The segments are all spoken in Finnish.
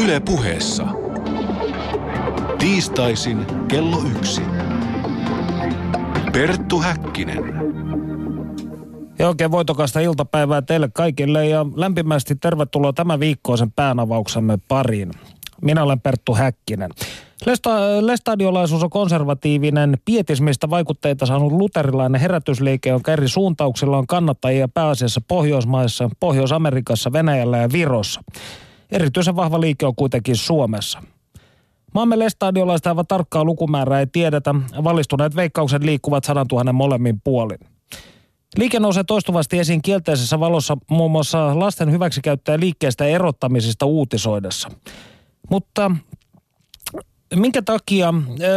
Yle Puheessa. Tiistaisin kello 1. Perttu Häkkinen. Ja oikein voitokasta iltapäivää teille kaikille ja lämpimästi tervetuloa tämän viikkoisen päänavauksemme pariin. Minä olen Perttu Häkkinen. Lestadiolaisuus on konservatiivinen, pietismistä vaikutteita saanut luterilainen herätysliike, jonka eri suuntauksilla on kannattajia pääasiassa Pohjoismaissa, Pohjois-Amerikassa, Venäjällä ja Virossa. Erityisen vahva liike on kuitenkin Suomessa. Maamme lestadiolaista aivan tarkkaa lukumäärää ei tiedetä. Valistuneet veikkaukset liikkuvat 100 000 molemmin puolin. Liike nousee toistuvasti esiin kielteisessä valossa muun muassa lasten hyväksikäyttäjä liikkeestä erottamisista uutisoidessa. Mutta minkä takia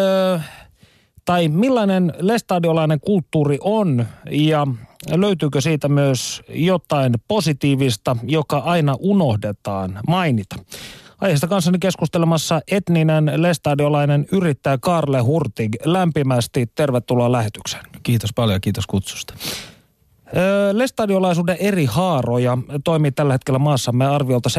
tai millainen lestadiolainen kulttuuri on ja löytyykö siitä myös jotain positiivista, joka aina unohdetaan mainita? Aiheesta kanssani keskustelemassa etninen lestadiolainen yrittäjä Karle Hurtig. Lämpimästi tervetuloa lähetykseen. Kiitos paljon, kiitos kutsusta. Lestadiolaisuuden eri haaroja toimii tällä hetkellä maassamme arviolta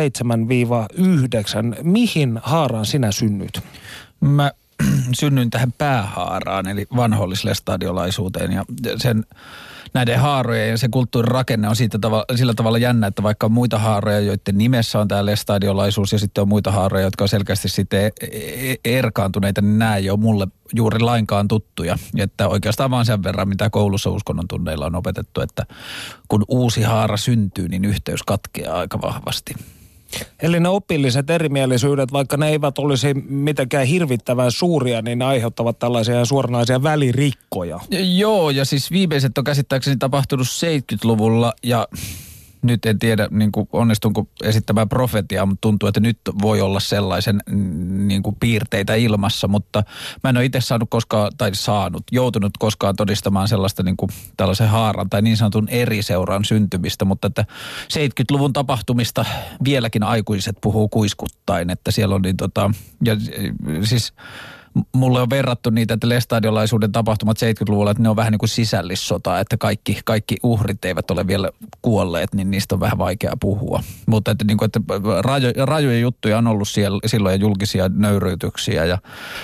7-9. Mihin haaraan sinä synnyt? Mä synnyin tähän päähaaraan, eli vanhollislestadiolaisuuteen, ja näiden haarojen ja se kulttuurin rakenne on sillä tavalla jännä, että vaikka on muita haaroja, joiden nimessä on tämä lestadiolaisuus ja sitten on muita haaroja, jotka on selkeästi sitten erkaantuneita, niin nämä ei ole mulle juuri lainkaan tuttuja. Että oikeastaan vaan sen verran, mitä koulussa uskonnon tunneilla on opetettu, että kun uusi haara syntyy, niin yhteys katkeaa aika vahvasti. Eli ne opilliset erimielisyydet, vaikka ne eivät olisi mitenkään hirvittävän suuria, niin ne aiheuttavat tällaisia suoranaisia välirikkoja. Joo, ja siis viimeiset on käsittääkseni tapahtunut 70-luvulla ja nyt en tiedä niin kuin onnistunko esittämään profetiaa, mutta tuntuu, että nyt voi olla sellaisen niin kuin piirteitä ilmassa, mutta mä en ole itse joutunut koskaan todistamaan sellaista niin kuin tällaisen haaran tai niin sanotun eri seuran syntymistä, mutta että 70-luvun tapahtumista vieläkin aikuiset puhuu kuiskuttain, että siellä on ja siis mulle on verrattu niitä, että lestadiolaisuuden tapahtumat 70-luvulla, että ne on vähän niin kuin sisällissota, että kaikki uhrit eivät ole vielä kuolleet, niin niistä on vähän vaikea puhua. Mutta että, niin kuin, että rajoja juttuja on ollut silloin ja julkisia nöyryytyksiä ja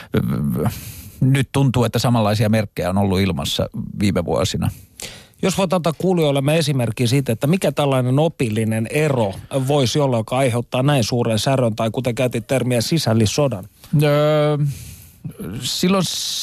nyt tuntuu, että samanlaisia merkkejä on ollut ilmassa viime vuosina. Jos voit antaa kuulijoillemme esimerkki siitä, että mikä tällainen opillinen ero voisi olla, joka aiheuttaa näin suuren särön tai kuten käytit termiä sisällissodan? Silloin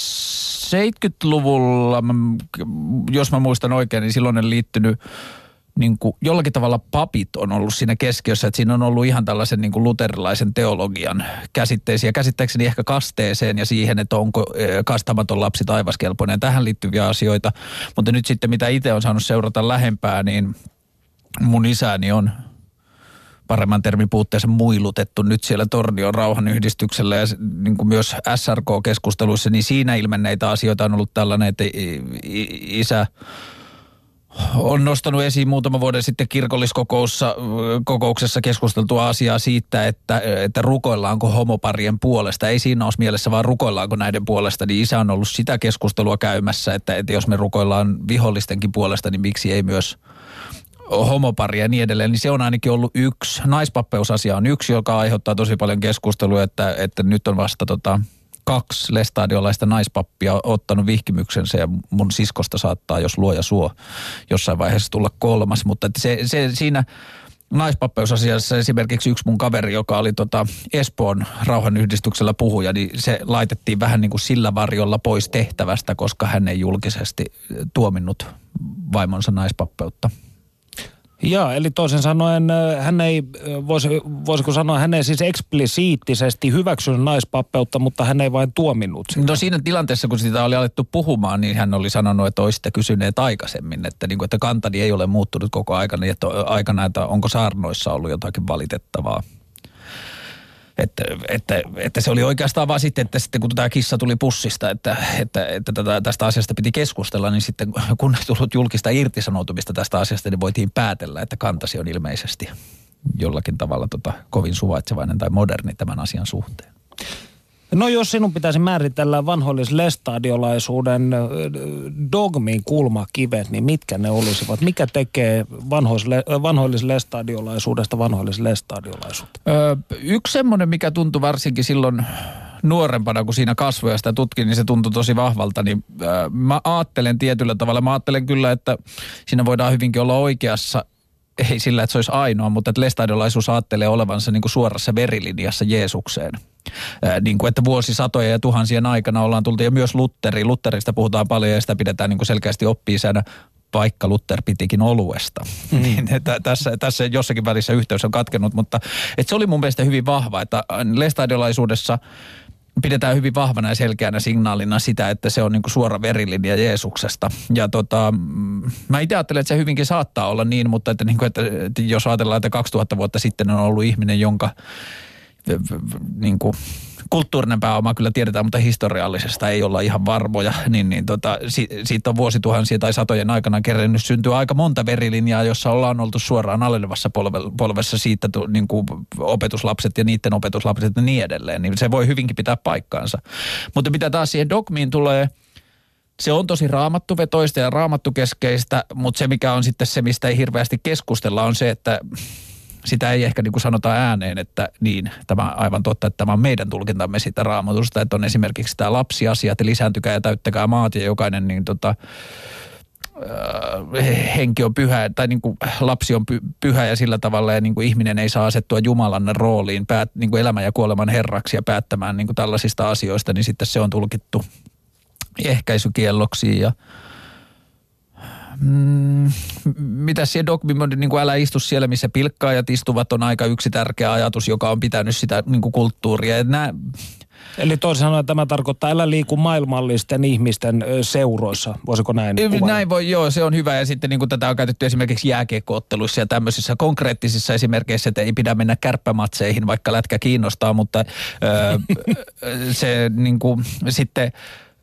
70-luvulla, jos mä muistan oikein, niin silloin on liittynyt niin kuin jollakin tavalla papit on ollut siinä keskiössä, että siinä on ollut ihan tällaisen niin kuin luterilaisen teologian käsitteisiä. Käsittääkseni ehkä kasteeseen ja siihen, että onko kastamaton lapsi taivaskelpoinen. Tähän liittyviä asioita, mutta nyt sitten mitä itse on saanut seurata lähempää, niin mun isäni on paremman termin puutteessa muilutettu nyt siellä Tornion rauhanyhdistyksellä ja niin kuin myös SRK-keskusteluissa, niin siinä ilmenneitä asioita on ollut tällainen, että isä on nostanut esiin muutama vuoden sitten kirkolliskokouksessa keskusteltua asiaa siitä, että rukoillaanko homoparien puolesta. Ei siinä ole mielessä, vaan rukoillaanko näiden puolesta, niin isä on ollut sitä keskustelua käymässä, että jos me rukoillaan vihollistenkin puolesta, niin miksi ei myös homoparia ja niin edelleen, niin se on ainakin ollut yksi. Naispappeus-asia on yksi, joka aiheuttaa tosi paljon keskustelua, että nyt on vasta 2 lestadiolaista naispappia ottanut vihkimyksensä ja mun siskosta saattaa, jos luoja suo, jossain vaiheessa tulla 3. Mutta se siinä naispappeusasiassa esimerkiksi yksi mun kaveri, joka oli Espoon rauhanyhdistyksellä puhuja, niin se laitettiin vähän niin kuin sillä varjolla pois tehtävästä, koska hän ei julkisesti tuominnut vaimonsa naispappeutta. Joo, eli toisin sanoen hän ei, voisiko sanoa, hän ei siis eksplisiittisesti hyväksynyt naispappeutta, mutta hän ei vain tuominnut sitä. No siinä tilanteessa, kun sitä oli alettu puhumaan, niin hän oli sanonut, että olisitte kysyneet aikaisemmin, että kantani ei ole muuttunut koko aikana, että onko saarnoissa ollut jotakin valitettavaa. Että se oli oikeastaan vaan sitten, että sitten kun tämä kissa tuli pussista, että tästä asiasta piti keskustella, niin sitten kun ei tullut julkista irtisanoutumista tästä asiasta, niin voitiin päätellä, että kantasi on ilmeisesti jollakin tavalla kovin suvaitsevainen tai moderni tämän asian suhteen. No jos sinun pitäisi määritellä vanhoillis-lestadiolaisuuden dogmin kulmakivet, niin mitkä ne olisivat? Mikä tekee vanhoillis-lestadiolaisuudesta vanhoillis-lestadiolaisuutta? Yksi semmoinen, mikä tuntui varsinkin silloin nuorempana, kun siinä kasvoi ja sitä tutkin, niin se tuntui tosi vahvalta. Niin, mä ajattelen tietyllä tavalla, mä ajattelen kyllä, että siinä voidaan hyvinkin olla oikeassa, ei sillä, että se olisi ainoa, mutta että lestadiolaisuus ajattelee olevansa niin kuin suorassa verilinjassa Jeesukseen. Niin kuin, että vuosisatoja ja tuhansien aikana ollaan tultu, ja myös Lutterista puhutaan paljon ja sitä pidetään niin kuin selkeästi oppi-isänä, vaikka Luther pitikin oluesta. Niin, tässä jossakin välissä yhteys on katkennut, mutta että se oli mun mielestä hyvin vahva, että lestadiolaisuudessa pidetään hyvin vahvana ja selkeänä signaalina sitä, että se on niin kuin suora verilinja Jeesuksesta. Ja mä itse ajattelen, että se hyvinkin saattaa olla niin, mutta että, niin kuin, että jos ajatellaan, että 2000 vuotta sitten on ollut ihminen, jonka niin kuin kulttuurinen pääoma kyllä tiedetään, mutta historiallisesta ei olla ihan varmoja, siitä on vuosituhansia tai satojen aikana kerennyt syntyä aika monta verilinjaa, jossa ollaan oltu suoraan alenevassa polvessa siitä niin kuin opetuslapset ja niiden opetuslapset ja niin edelleen, niin se voi hyvinkin pitää paikkaansa. Mutta mitä taas siihen dogmiin tulee, se on tosi raamattuvetoista ja raamattukeskeistä, mutta se mikä on sitten se, mistä ei hirveästi keskustella, on se, että sitä ei ehkä niin kuin sanota ääneen, että niin, tämä on aivan totta, että tämä on meidän tulkintamme siitä raamatusta, että on esimerkiksi tämä lapsiasia, että lisääntykää ja täyttäkää maat ja jokainen niin henki on pyhä, tai niin kuin lapsi on pyhä ja sillä tavalla ja niin kuin ihminen ei saa asettua Jumalan rooliin niin kuin elämän ja kuoleman herraksi ja päättämään niin kuin tällaisista asioista, niin sitten se on tulkittu ehkäisykielloksi ja mitä siellä dogmi, niin kuin älä istu siellä, missä pilkkaajat istuvat, on aika yksi tärkeä ajatus, joka on pitänyt sitä niin kuin kulttuuria. Eli toisin sanoen tämä tarkoittaa, älä liiku maailmallisten ihmisten seuroissa. Voisiko näin kuvailla? Näin voi, joo, se on hyvä. Ja sitten niin kuin tätä on käytetty esimerkiksi jääkiekko-otteluissa ja tämmöisissä konkreettisissa esimerkkeissä, että ei pidä mennä kärppämatseihin, vaikka lätkä kiinnostaa, mutta se niin kuin sitten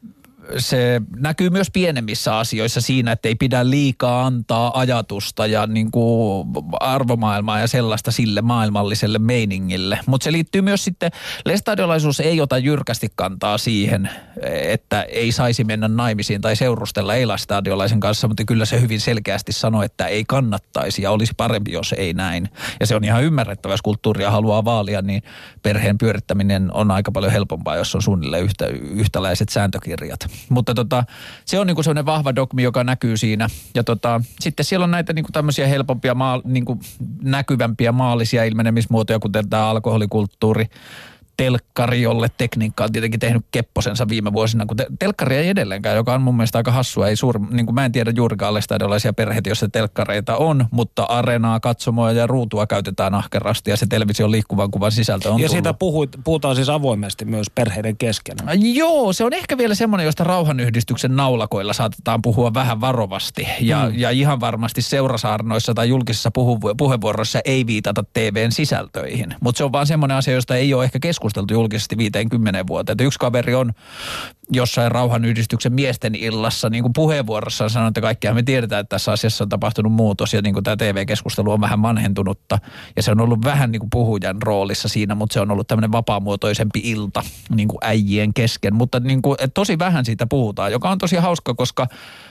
se näkyy myös pienemmissä asioissa siinä, että ei pidä liikaa antaa ajatusta ja niin kuin arvomaailmaa ja sellaista sille maailmalliselle meiningille. Mutta se liittyy myös sitten, lestadiolaisuus ei ota jyrkästi kantaa siihen, että ei saisi mennä naimisiin tai seurustella ei-lestadiolaisen kanssa, mutta kyllä se hyvin selkeästi sanoo, että ei kannattaisi ja olisi parempi, jos ei näin. Ja se on ihan ymmärrettävä, jos kulttuuria haluaa vaalia, niin perheen pyörittäminen on aika paljon helpompaa, jos on suunnilleen yhtäläiset sääntökirjat. Mutta se on niinku sellainen vahva dogmi, joka näkyy siinä. Ja sitten siellä on näitä niinku tämmöisiä helpompia, niinku näkyvämpiä maallisia ilmenemismuotoja, kuten tämä alkoholikulttuuri, telkkari, jolle tekniikka on tietenkin tehnyt kepposensa viime vuosina, kun telkkari ei edelleenkään, joka on mun mielestä aika hassua. Ei niin kuin mä en tiedä juurikaan lestadiolaisia perheitä, joissa telkkareita on, mutta areenaa, katsomoa ja ruutua käytetään ahkerasti ja se television liikkuvan kuvan sisältö on ja tullut. siitä puhutaan siis avoimesti myös perheiden kesken. Joo, se on ehkä vielä semmoinen, josta rauhanyhdistyksen naulakoilla saatetaan puhua vähän varovasti ja ihan varmasti seurasaarnoissa tai julkisissa puheenvuoroissa ei viitata TVn sisältöihin, mutta se on vaan semmoinen asia, josta ei ole ehkä keskusteltu julkisesti 50 vuoteen. Että yksi kaveri on jossain rauhanyhdistyksen miesten illassa niin kuin puheenvuorossaan sanonut, että kaikkiaan me tiedetään, että tässä asiassa on tapahtunut muutos ja niin kuin tämä TV-keskustelu on vähän vanhentunutta ja se on ollut vähän niin kuin puhujan roolissa siinä, mutta se on ollut tämmöinen vapaamuotoisempi ilta niin kuin äijien kesken, mutta niin kuin, tosi vähän siitä puhutaan, joka on tosi hauska, koska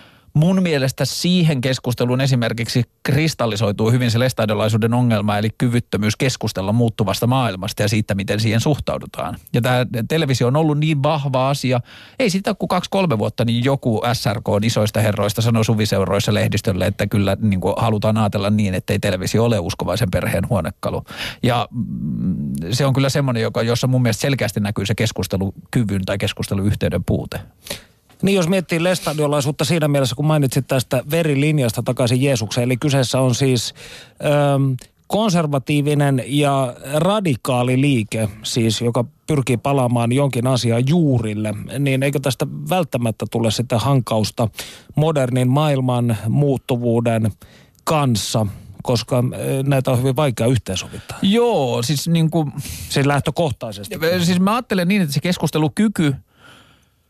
mun mielestä siihen keskusteluun esimerkiksi kristallisoituu hyvin se lestadiolaisuuden ongelma, eli kyvyttömyys keskustella muuttuvasta maailmasta ja siitä, miten siihen suhtaudutaan. Ja tämä televisio on ollut niin vahva asia, ei sitä kuin 2-3 vuotta, niin joku SRK isoista herroista sanoi suviseuroissa lehdistölle, että kyllä niin kuin halutaan ajatella niin, että ei televisio ole uskovaisen perheen huonekalu. Ja se on kyllä semmoinen, jossa mun mielestä selkeästi näkyy se keskustelukyvyn tai keskusteluyhteyden puute. Niin jos miettii lestadiolaisuutta siinä mielessä, kun mainitsit tästä verilinjasta takaisin Jeesukseen, eli kyseessä on siis konservatiivinen ja radikaali liike, siis joka pyrkii palaamaan jonkin asian juurille, niin eikö tästä välttämättä tule sitten hankausta modernin maailman muuttuvuuden kanssa, koska näitä on hyvin vaikea yhteensovittaa. Joo, siis niin kuin... Siis lähtökohtaisesti. Siis mä ajattelen niin, että se keskustelukyky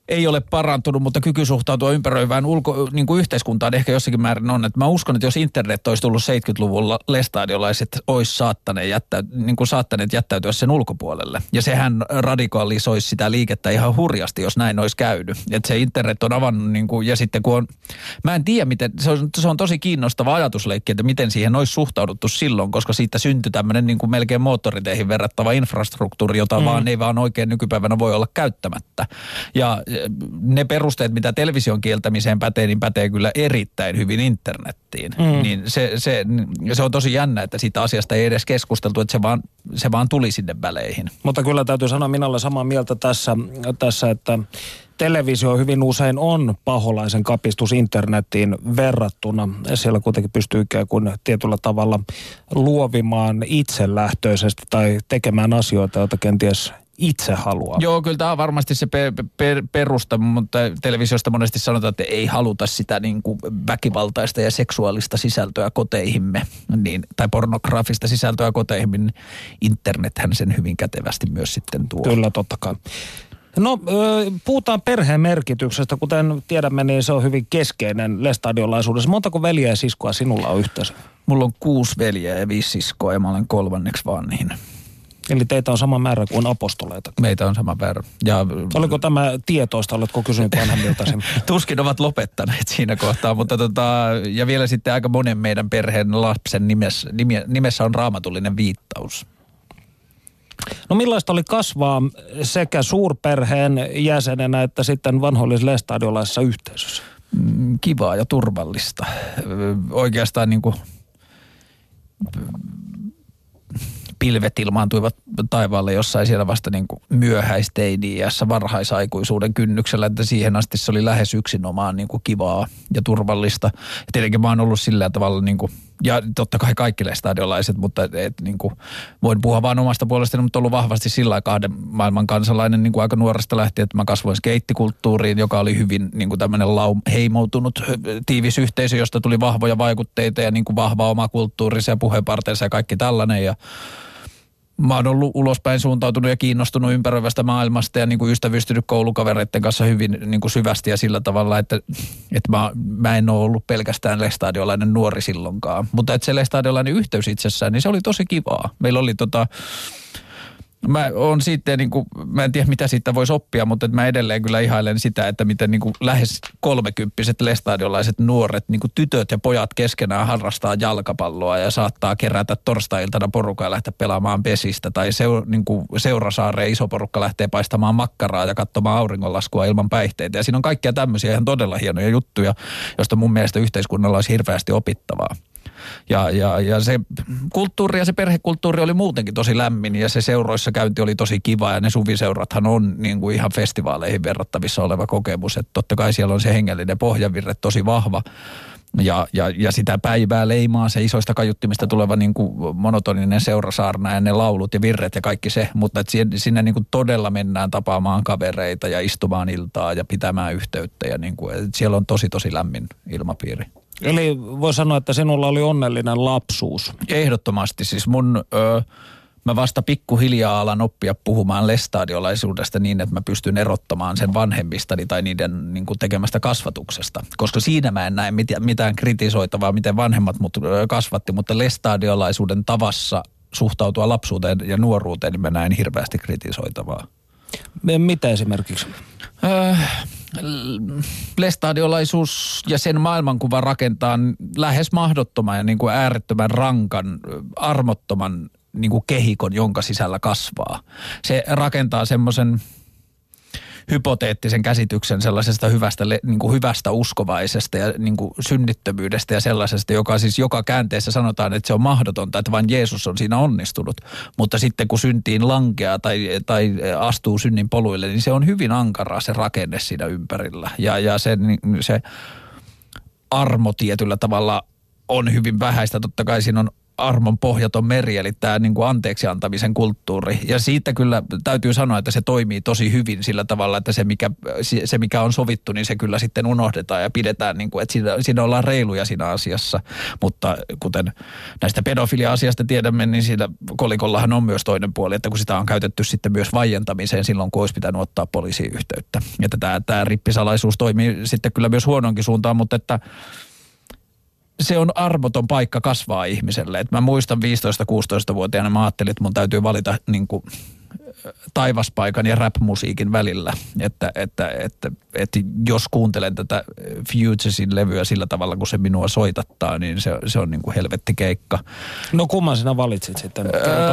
ei ole parantunut, mutta kyky suhtautua ympäröivään niin kuin yhteiskuntaan ehkä jossakin määrin on. Että mä uskon, että jos internet olisi tullut 70-luvulla, lestadiolaiset olisi saattaneet jättäytyä sen ulkopuolelle. Ja sehän radikalisoisi sitä liikettä ihan hurjasti, jos näin olisi käynyt. Että se internet on avannut, niin kuin, ja sitten kun on, mä en tiedä, miten, se on tosi kiinnostava ajatusleikki, että miten siihen olisi suhtauduttu silloin, koska siitä syntyi tämmöinen niin kuin melkein moottoriteihin verrattava infrastruktuuri, jota ei vaan oikein nykypäivänä voi olla käyttämättä. Ja ne perusteet, mitä television kieltämiseen pätee, niin pätee kyllä erittäin hyvin internettiin. Niin se on tosi jännä, että siitä asiasta ei edes keskusteltu, että se vaan tuli sinne väleihin. Mutta kyllä täytyy sanoa, minä olen samaa mieltä tässä, että televisio hyvin usein on paholaisen kapistus internettiin verrattuna. Siellä kuitenkin pystyy ikään kuin tietyllä tavalla luovimaan itselähtöisesti tai tekemään asioita, joita kenties itse haluaa. Joo, kyllä tämä on varmasti se perusta, mutta televisiosta monesti sanotaan, että ei haluta sitä niin kuin väkivaltaista ja seksuaalista sisältöä koteihimme, tai pornografista sisältöä koteihimme, niin internethän sen hyvin kätevästi myös sitten tuo. Kyllä, totta kai. No, puhutaan perheen merkityksestä. Kuten tiedämme, niin se on hyvin keskeinen lestadiolaisuudessa. Montako veljeä ja siskoa sinulla on yhteensä? Mulla on 6 veljeä ja 5 siskoa ja mä olen 3. vanhin. Eli teitä on sama määrä kuin apostoleita. Meitä on sama määrä. Ja oliko tämä tietoista, oletko kysynyt vanhemmiltasi? Tuskin ovat lopettaneet siinä kohtaa, mutta ja vielä sitten aika monen meidän perheen lapsen nimessä on raamatullinen viittaus. No millaista oli kasvaa sekä suurperheen jäsenenä että sitten vanhollis-lestadiolaisessa yhteisössä? Kivaa ja turvallista. Oikeastaan niin kuin pilvet ilmaantuivat taivaalle jossain siellä vasta niin kuin myöhäisteini-iässä varhaisaikuisuuden kynnyksellä, että siihen asti se oli lähes yksinomaan niin kuin kivaa ja turvallista. Ja tietenkin mä oon ollut sillä tavalla niin kuin, ja totta kai kaikki lestadiolaiset, mutta niin kuin, voin puhua vaan omasta puolestani, mutta ollut vahvasti sillä kahden maailman kansalainen niin kuin aika nuoresta lähtien, että mä kasvoin skeittikulttuuriin, joka oli hyvin niin kuin tämmöinen heimoutunut tiivis yhteisö, josta tuli vahvoja vaikutteita ja niin kuin vahva oma kulttuurissa ja puheenparteensa ja kaikki tällainen. Ja mä oon ollut ulospäin suuntautunut ja kiinnostunut ympäröivästä maailmasta ja niin kuin ystävystynyt koulukavereiden kanssa hyvin niin kuin syvästi ja sillä tavalla, että mä en ole ollut pelkästään lestadiolainen nuori silloinkaan. Mutta että se lestadiolainen yhteys itsessään, niin se oli tosi kivaa. Meillä oli mä oon sitten niin kuin, mä en tiedä mitä siitä voisi oppia, mutta mä edelleen kyllä ihailen sitä, että miten niin kuin lähes 30-vuotiaat lestadiolaiset nuoret, niin kuin tytöt ja pojat keskenään harrastaa jalkapalloa ja saattaa kerätä torstai-iltana porukkaa ja lähteä pelaamaan pesistä. Tai niin kuin Seurasaareen iso porukka lähtee paistamaan makkaraa ja katsomaan auringonlaskua ilman päihteitä. Ja siinä on kaikkia tämmöisiä ihan todella hienoja juttuja, joista mun mielestä yhteiskunnalla olisi hirveästi opittavaa. Ja se kulttuuri ja se perhekulttuuri oli muutenkin tosi lämmin ja se seuroissa käynti oli tosi kiva ja ne suviseurathan on niin kuin ihan festivaaleihin verrattavissa oleva kokemus. Että totta kai siellä on se hengellinen pohjavirre tosi vahva ja sitä päivää leimaa se isoista kaiuttimista tuleva niin kuin monotoninen seurasaarna ja ne laulut ja virret ja kaikki se. Mutta että sinne niin kuin todella mennään tapaamaan kavereita ja istumaan iltaa ja pitämään yhteyttä ja niin kuin, että siellä on tosi lämmin ilmapiiri. Eli voi sanoa, että sinulla oli onnellinen lapsuus. Ehdottomasti. Siis mä vasta pikkuhiljaa alan oppia puhumaan lestadiolaisuudesta niin, että mä pystyn erottamaan sen vanhemmistani tai niiden niin kuin tekemästä kasvatuksesta. Koska siinä mä en näe mitään kritisoitavaa, miten vanhemmat mut kasvatti, mutta lestadiolaisuuden tavassa suhtautua lapsuuteen ja nuoruuteen, niin mä näen hirveästi kritisoitavaa. Mitä esimerkiksi? Lestadiolaisuus ja sen maailmankuva rakentaa lähes mahdottoman ja niin kuin äärettömän rankan, armottoman niin kuin kehikon, jonka sisällä kasvaa. Se rakentaa semmoisen hypoteettisen käsityksen sellaisesta hyvästä uskovaisesta ja niin kuin synnittömyydestä ja sellaisesta, joka siis joka käänteessä sanotaan, että se on mahdotonta, että vain Jeesus on siinä onnistunut. Mutta sitten kun syntiin lankeaa tai astuu synnin poluille, niin se on hyvin ankaraa se rakenne siinä ympärillä. Ja se armo tietyllä tavalla on hyvin vähäistä. Totta kai siinä on armon pohjaton meri, eli tämä niin kuin anteeksi antamisen kulttuuri. Ja siitä kyllä täytyy sanoa, että se toimii tosi hyvin sillä tavalla, että se mikä on sovittu, niin se kyllä sitten unohdetaan ja pidetään, niin kuin, että siinä ollaan reiluja siinä asiassa. Mutta kuten näistä pedofilia-asiasta tiedämme, niin siinä kolikollahan on myös toinen puoli, että kun sitä on käytetty sitten myös vaientamiseen silloin, kun olisi pitänyt ottaa poliisiin yhteyttä. Että tämä rippisalaisuus toimii sitten kyllä myös huonoonkin suuntaan, mutta että se on armoton paikka kasvaa ihmiselle. Et mä muistan 15-16-vuotiaana, mä ajattelin, että mun täytyy valita niin kuin taivaspaikan ja rap-musiikin välillä. Että jos kuuntelen tätä Futuresin levyä sillä tavalla, kun se minua soitattaa, niin se on niin kuin helvettikeikka. No kumman sinä valitsit sitten?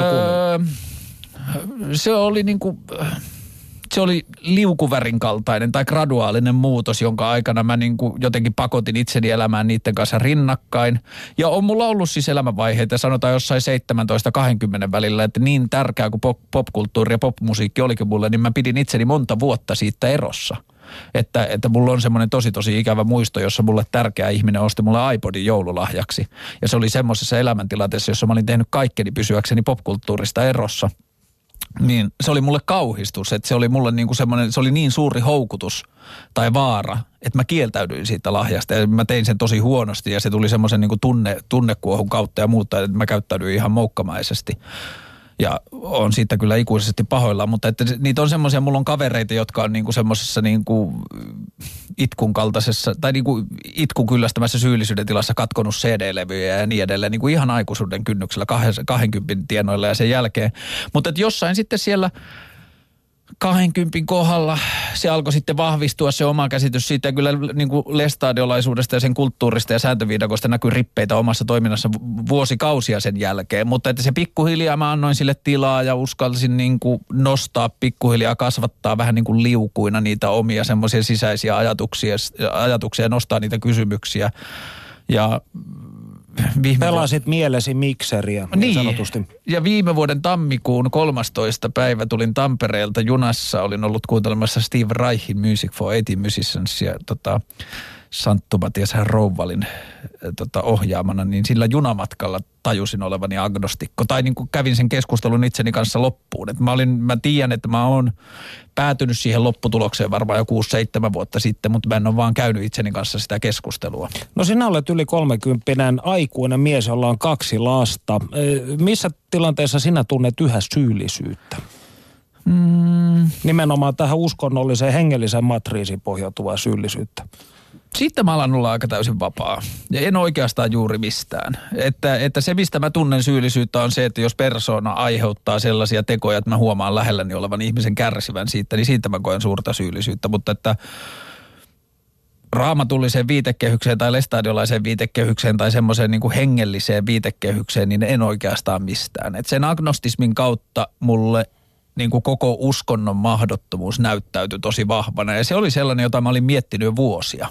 Se oli niin kuin se oli liukuvärin kaltainen tai graduaalinen muutos, jonka aikana mä niin kuin jotenkin pakotin itseni elämään niiden kanssa rinnakkain. Ja on mulla ollut siis elämänvaiheita, sanotaan jossain 17-20 välillä, että niin tärkeää kuin popkulttuuri ja popmusiikki olikin mulle, niin mä pidin itseni monta vuotta siitä erossa. Että mulla on semmoinen tosi ikävä muisto, jossa mulle tärkeä ihminen osti mulle iPodin joululahjaksi. Ja se oli semmoisessa elämäntilanteessa, jossa mä olin tehnyt kaikkeni pysyäkseni popkulttuurista erossa. Niin se oli mulle kauhistus, että se oli mulle niin kuin semmoinen, se oli niin suuri houkutus tai vaara, että mä kieltäydyin siitä lahjasta ja mä tein sen tosi huonosti ja se tuli semmoisen niin kuin tunnekuohun kautta ja muuta, että mä käyttäydyin ihan moukkamaisesti. Ja on siitä kyllä ikuisesti pahoillaan, mutta että niitä on semmoisia, mulla on kavereita, jotka on niinku semmoisessa niinku itkun kaltaisessa, tai niinku itkun kyllästämässä syyllisyyden tilassa katkonut CD-levyjä ja niin edelleen, niinku ihan aikuisuuden kynnyksellä 20 tienoilla ja sen jälkeen. Mutta että jossain sitten siellä 20 kohdalla se alkoi sitten vahvistua se oma käsitys siitä ja kyllä niin kuin lestadiolaisuudesta ja sen kulttuurista ja sääntöviidakosta näkyy rippeitä omassa toiminnassa vuosikausia sen jälkeen. Mutta että se pikkuhiljaa mä annoin sille tilaa ja uskalsin niin kuin nostaa pikkuhiljaa, kasvattaa vähän niin kuin liukuina niitä omia semmoisia sisäisiä ajatuksia ja nostaa niitä kysymyksiä. Ja pelasit mielesi mikseriä, niin sanotusti. Ja viime vuoden tammikuun 13. päivä tulin Tampereelta junassa. Olin ollut kuuntelemassa Steve Reichin Music for 80 Musicians ja Santtu Matias Rouvalin ohjaamana, niin sillä junamatkalla tajusin olevani agnostikko. Tai niin kuin kävin sen keskustelun itseni kanssa loppuun. Et mä tiedän, että mä oon päätynyt siihen lopputulokseen varmaan jo 6-7 vuotta sitten, mutta mä en ole vaan käynyt itseni kanssa sitä keskustelua. No sinä olet yli 30 aikuinen mies, jolla on 2 lasta. Missä tilanteessa sinä tunnet yhä syyllisyyttä? Nimenomaan tähän uskonnolliseen hengelliseen matriisiin pohjautuvaa syyllisyyttä. Sitten mä alan olla aika täysin vapaa. Ja en oikeastaan juuri mistään. Että se, mistä mä tunnen syyllisyyttä, on se, että jos persoona aiheuttaa sellaisia tekoja, että mä huomaan lähelläni olevan ihmisen kärsivän siitä, niin siitä mä koen suurta syyllisyyttä. Mutta että raamatulliseen viitekehykseen tai lestadiolaiseen viitekehykseen tai semmoiseen niin kuin hengelliseen viitekehykseen, niin en oikeastaan mistään. Että sen agnostismin kautta mulle niin kuin koko uskonnon mahdottomuus näyttäytyi tosi vahvana. Ja se oli sellainen, jota mä olin miettinyt jo vuosia.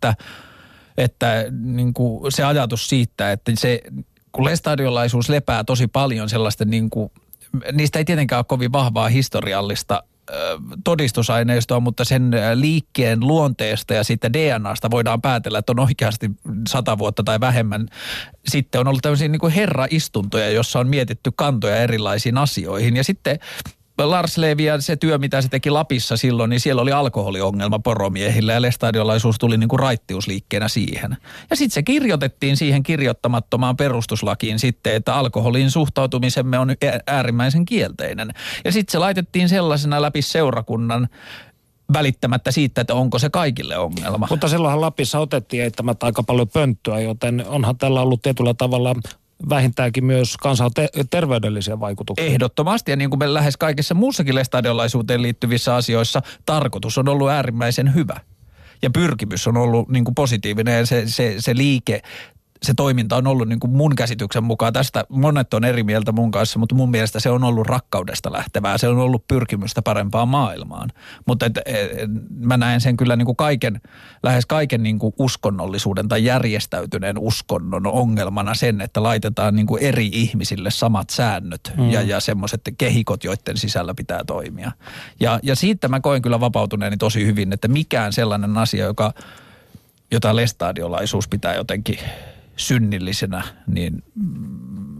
Että niin kuin se ajatus siitä, että se, kun lestadiolaisuus lepää tosi paljon sellaista niin kuin, niistä ei tietenkään ole kovin vahvaa historiallista todistusaineistoa, mutta sen liikkeen luonteesta ja sitten DNAsta voidaan päätellä, että on oikeasti 100 vuotta tai vähemmän. Sitten on ollut tämmöisiä niin kuin herraistuntoja, jossa on mietitty kantoja erilaisiin asioihin. Ja sitten Lars Levi ja se työ, mitä se teki Lapissa silloin, niin siellä oli alkoholiongelma poromiehillä ja lestadiolaisuus tuli niin kuin raittiusliikkeenä siihen. Ja sitten se kirjoitettiin siihen kirjoittamattomaan perustuslakiin sitten, että alkoholiin suhtautumisemme on äärimmäisen kielteinen. Ja sitten se laitettiin sellaisena läpi seurakunnan välittämättä siitä, että onko se kaikille ongelma. Mutta silloinhan Lapissa otettiin eittämättä aika paljon pönttöä, joten onhan tällä ollut tietyllä tavalla vähintäänkin myös kansanterveydellisiä vaikutuksia. Ehdottomasti, ja niin kuin me lähes kaikessa muussakin lestadiolaisuuteen liittyvissä asioissa, tarkoitus on ollut äärimmäisen hyvä. Ja pyrkimys on ollut niin kuin positiivinen, ja se liike, se toiminta on ollut niin kuin mun käsityksen mukaan. Tästä monet on eri mieltä mun kanssa, mutta mun mielestä se on ollut rakkaudesta lähtevää. Se on ollut pyrkimystä parempaan maailmaan. Mutta mä näen sen kyllä niin kuin lähes kaiken niin kuin uskonnollisuuden tai järjestäytyneen uskonnon ongelmana sen, että laitetaan niin kuin eri ihmisille samat säännöt ja semmoiset kehikot, joiden sisällä pitää toimia. Ja siitä mä koen kyllä vapautuneeni tosi hyvin, että mikään sellainen asia, jota lestadiolaisuus pitää jotenkin synnillisenä, niin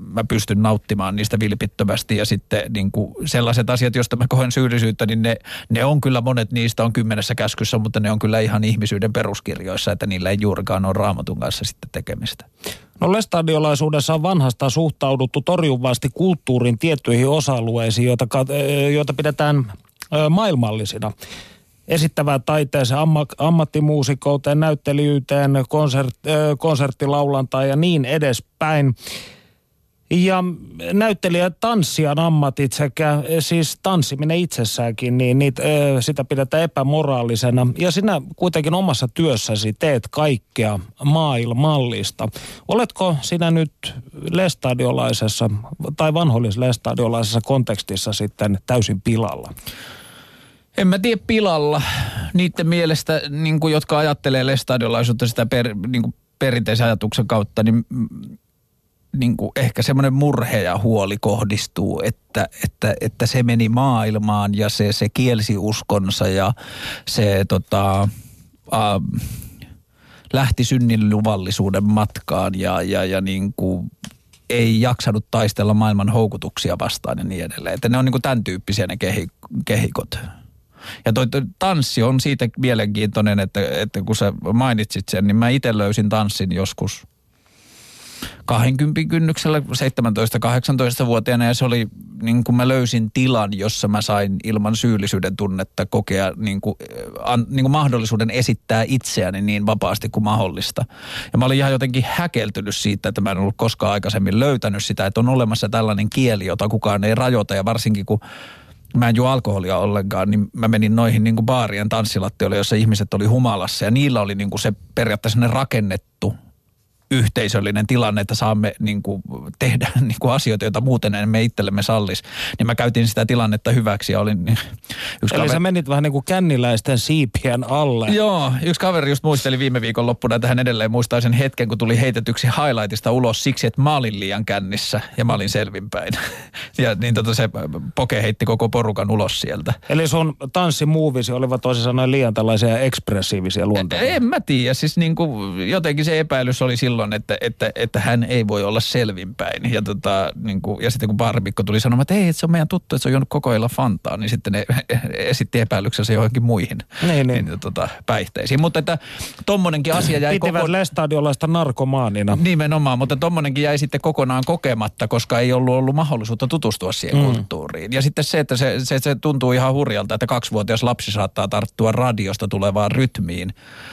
mä pystyn nauttimaan niistä vilpittömästi ja sitten niin kuin sellaiset asiat, joista mä koen syyllisyyttä, niin ne on kyllä, monet niistä on 10 käskyssä, mutta ne on kyllä ihan ihmisyyden peruskirjoissa, että niillä ei juurikaan ole Raamatun kanssa sitten tekemistä. No lestadiolaisuudessa on vanhastaan suhtauduttu torjuvasti kulttuurin tiettyihin osa-alueisiin, joita pidetään maailmallisina. Esittävään taiteeseen, ammattimuusikouteen, näyttelijyyteen, konserttilaulantaan ja niin edespäin. Ja näyttelijä tanssijan ammatit sekä siis tanssiminen itsessäänkin, niin sitä pidetään epämoraalisena. Ja sinä kuitenkin omassa työssäsi teet kaikkea maailmallista. Oletko sinä nyt lestadiolaisessa tai vanhollis-lestadiolaisessa kontekstissa sitten täysin pilalla? En mä tiedä pilalla. Niiden mielestä, niin kuin, jotka ajattelee lestadiolaisuutta sitä perinteisen ajatuksen kautta, niin kuin ehkä semmoinen murhe ja huoli kohdistuu, että se meni maailmaan ja se kielsi uskonsa ja se lähti synnin luvallisuuden matkaan ja niin kuin ei jaksanut taistella maailman houkutuksia vastaan ja niin edelleen. Että ne on niin kuin tämän tyyppisiä ne kehikot. Ja toi tanssi on siitä mielenkiintoinen, että kun sä mainitsit sen, niin mä itse löysin tanssin joskus 20 kynnyksellä 17-18-vuotiaana ja se oli niin kuin mä löysin tilan, jossa mä sain ilman syyllisyyden tunnetta kokea niin kuin mahdollisuuden esittää itseäni niin vapaasti kuin mahdollista. Ja mä olin ihan jotenkin häkeltynyt siitä, että mä en ollut koskaan aikaisemmin löytänyt sitä, että on olemassa tällainen kieli, jota kukaan ei rajoita ja varsinkin kun mä en juo alkoholia ollenkaan, niin mä menin noihin niin kuin baarien tanssilattioille, jossa ihmiset oli humalassa ja niillä oli niin kuin se periaatteessa rakennettu yhteisöllinen tilanne, että saamme niin kuin tehdä niin kuin asioita, joita muuten emme itsellemme sallisi. Niin mä käytin sitä tilannetta hyväksi ja olin Eli sä menit vähän niin kuin känniläisten siipien alle. Joo, yksi kaveri just muisteli viime viikon loppuna, että hän edelleen muistaa sen hetken, kun tuli heitetyksi highlightista ulos siksi, että mä olin liian kännissä ja mä olin selvinpäin. Ja niin se poke heitti koko porukan ulos sieltä. Eli sun tanssimuuvisi olivat toisin sanoen liian tällaisia ekspressiivisiä luontevia? En mä tiedä, siis niin kuin jotenkin se epäilys oli silloin, että hän ei voi olla selvinpäin. Ja, ja sitten kun baarimikko tuli sanomaan, että ei, että se on meidän tuttu, että se on juonut koko ajan Fantaa, niin sitten ne esitti epäilyksensä johonkin muihin päihteisiin. Mutta että tommonenkin asia jäi pitivät lestadiolaista narkomaanina. Nimenomaan, mutta tommonenkin jäi sitten kokonaan kokematta, koska ei ollut mahdollisuutta tutustua siihen kulttuuriin. Ja sitten se, että se tuntuu ihan hurjalta, että 2-vuotias lapsi saattaa tarttua radiosta tulevaan rytmiin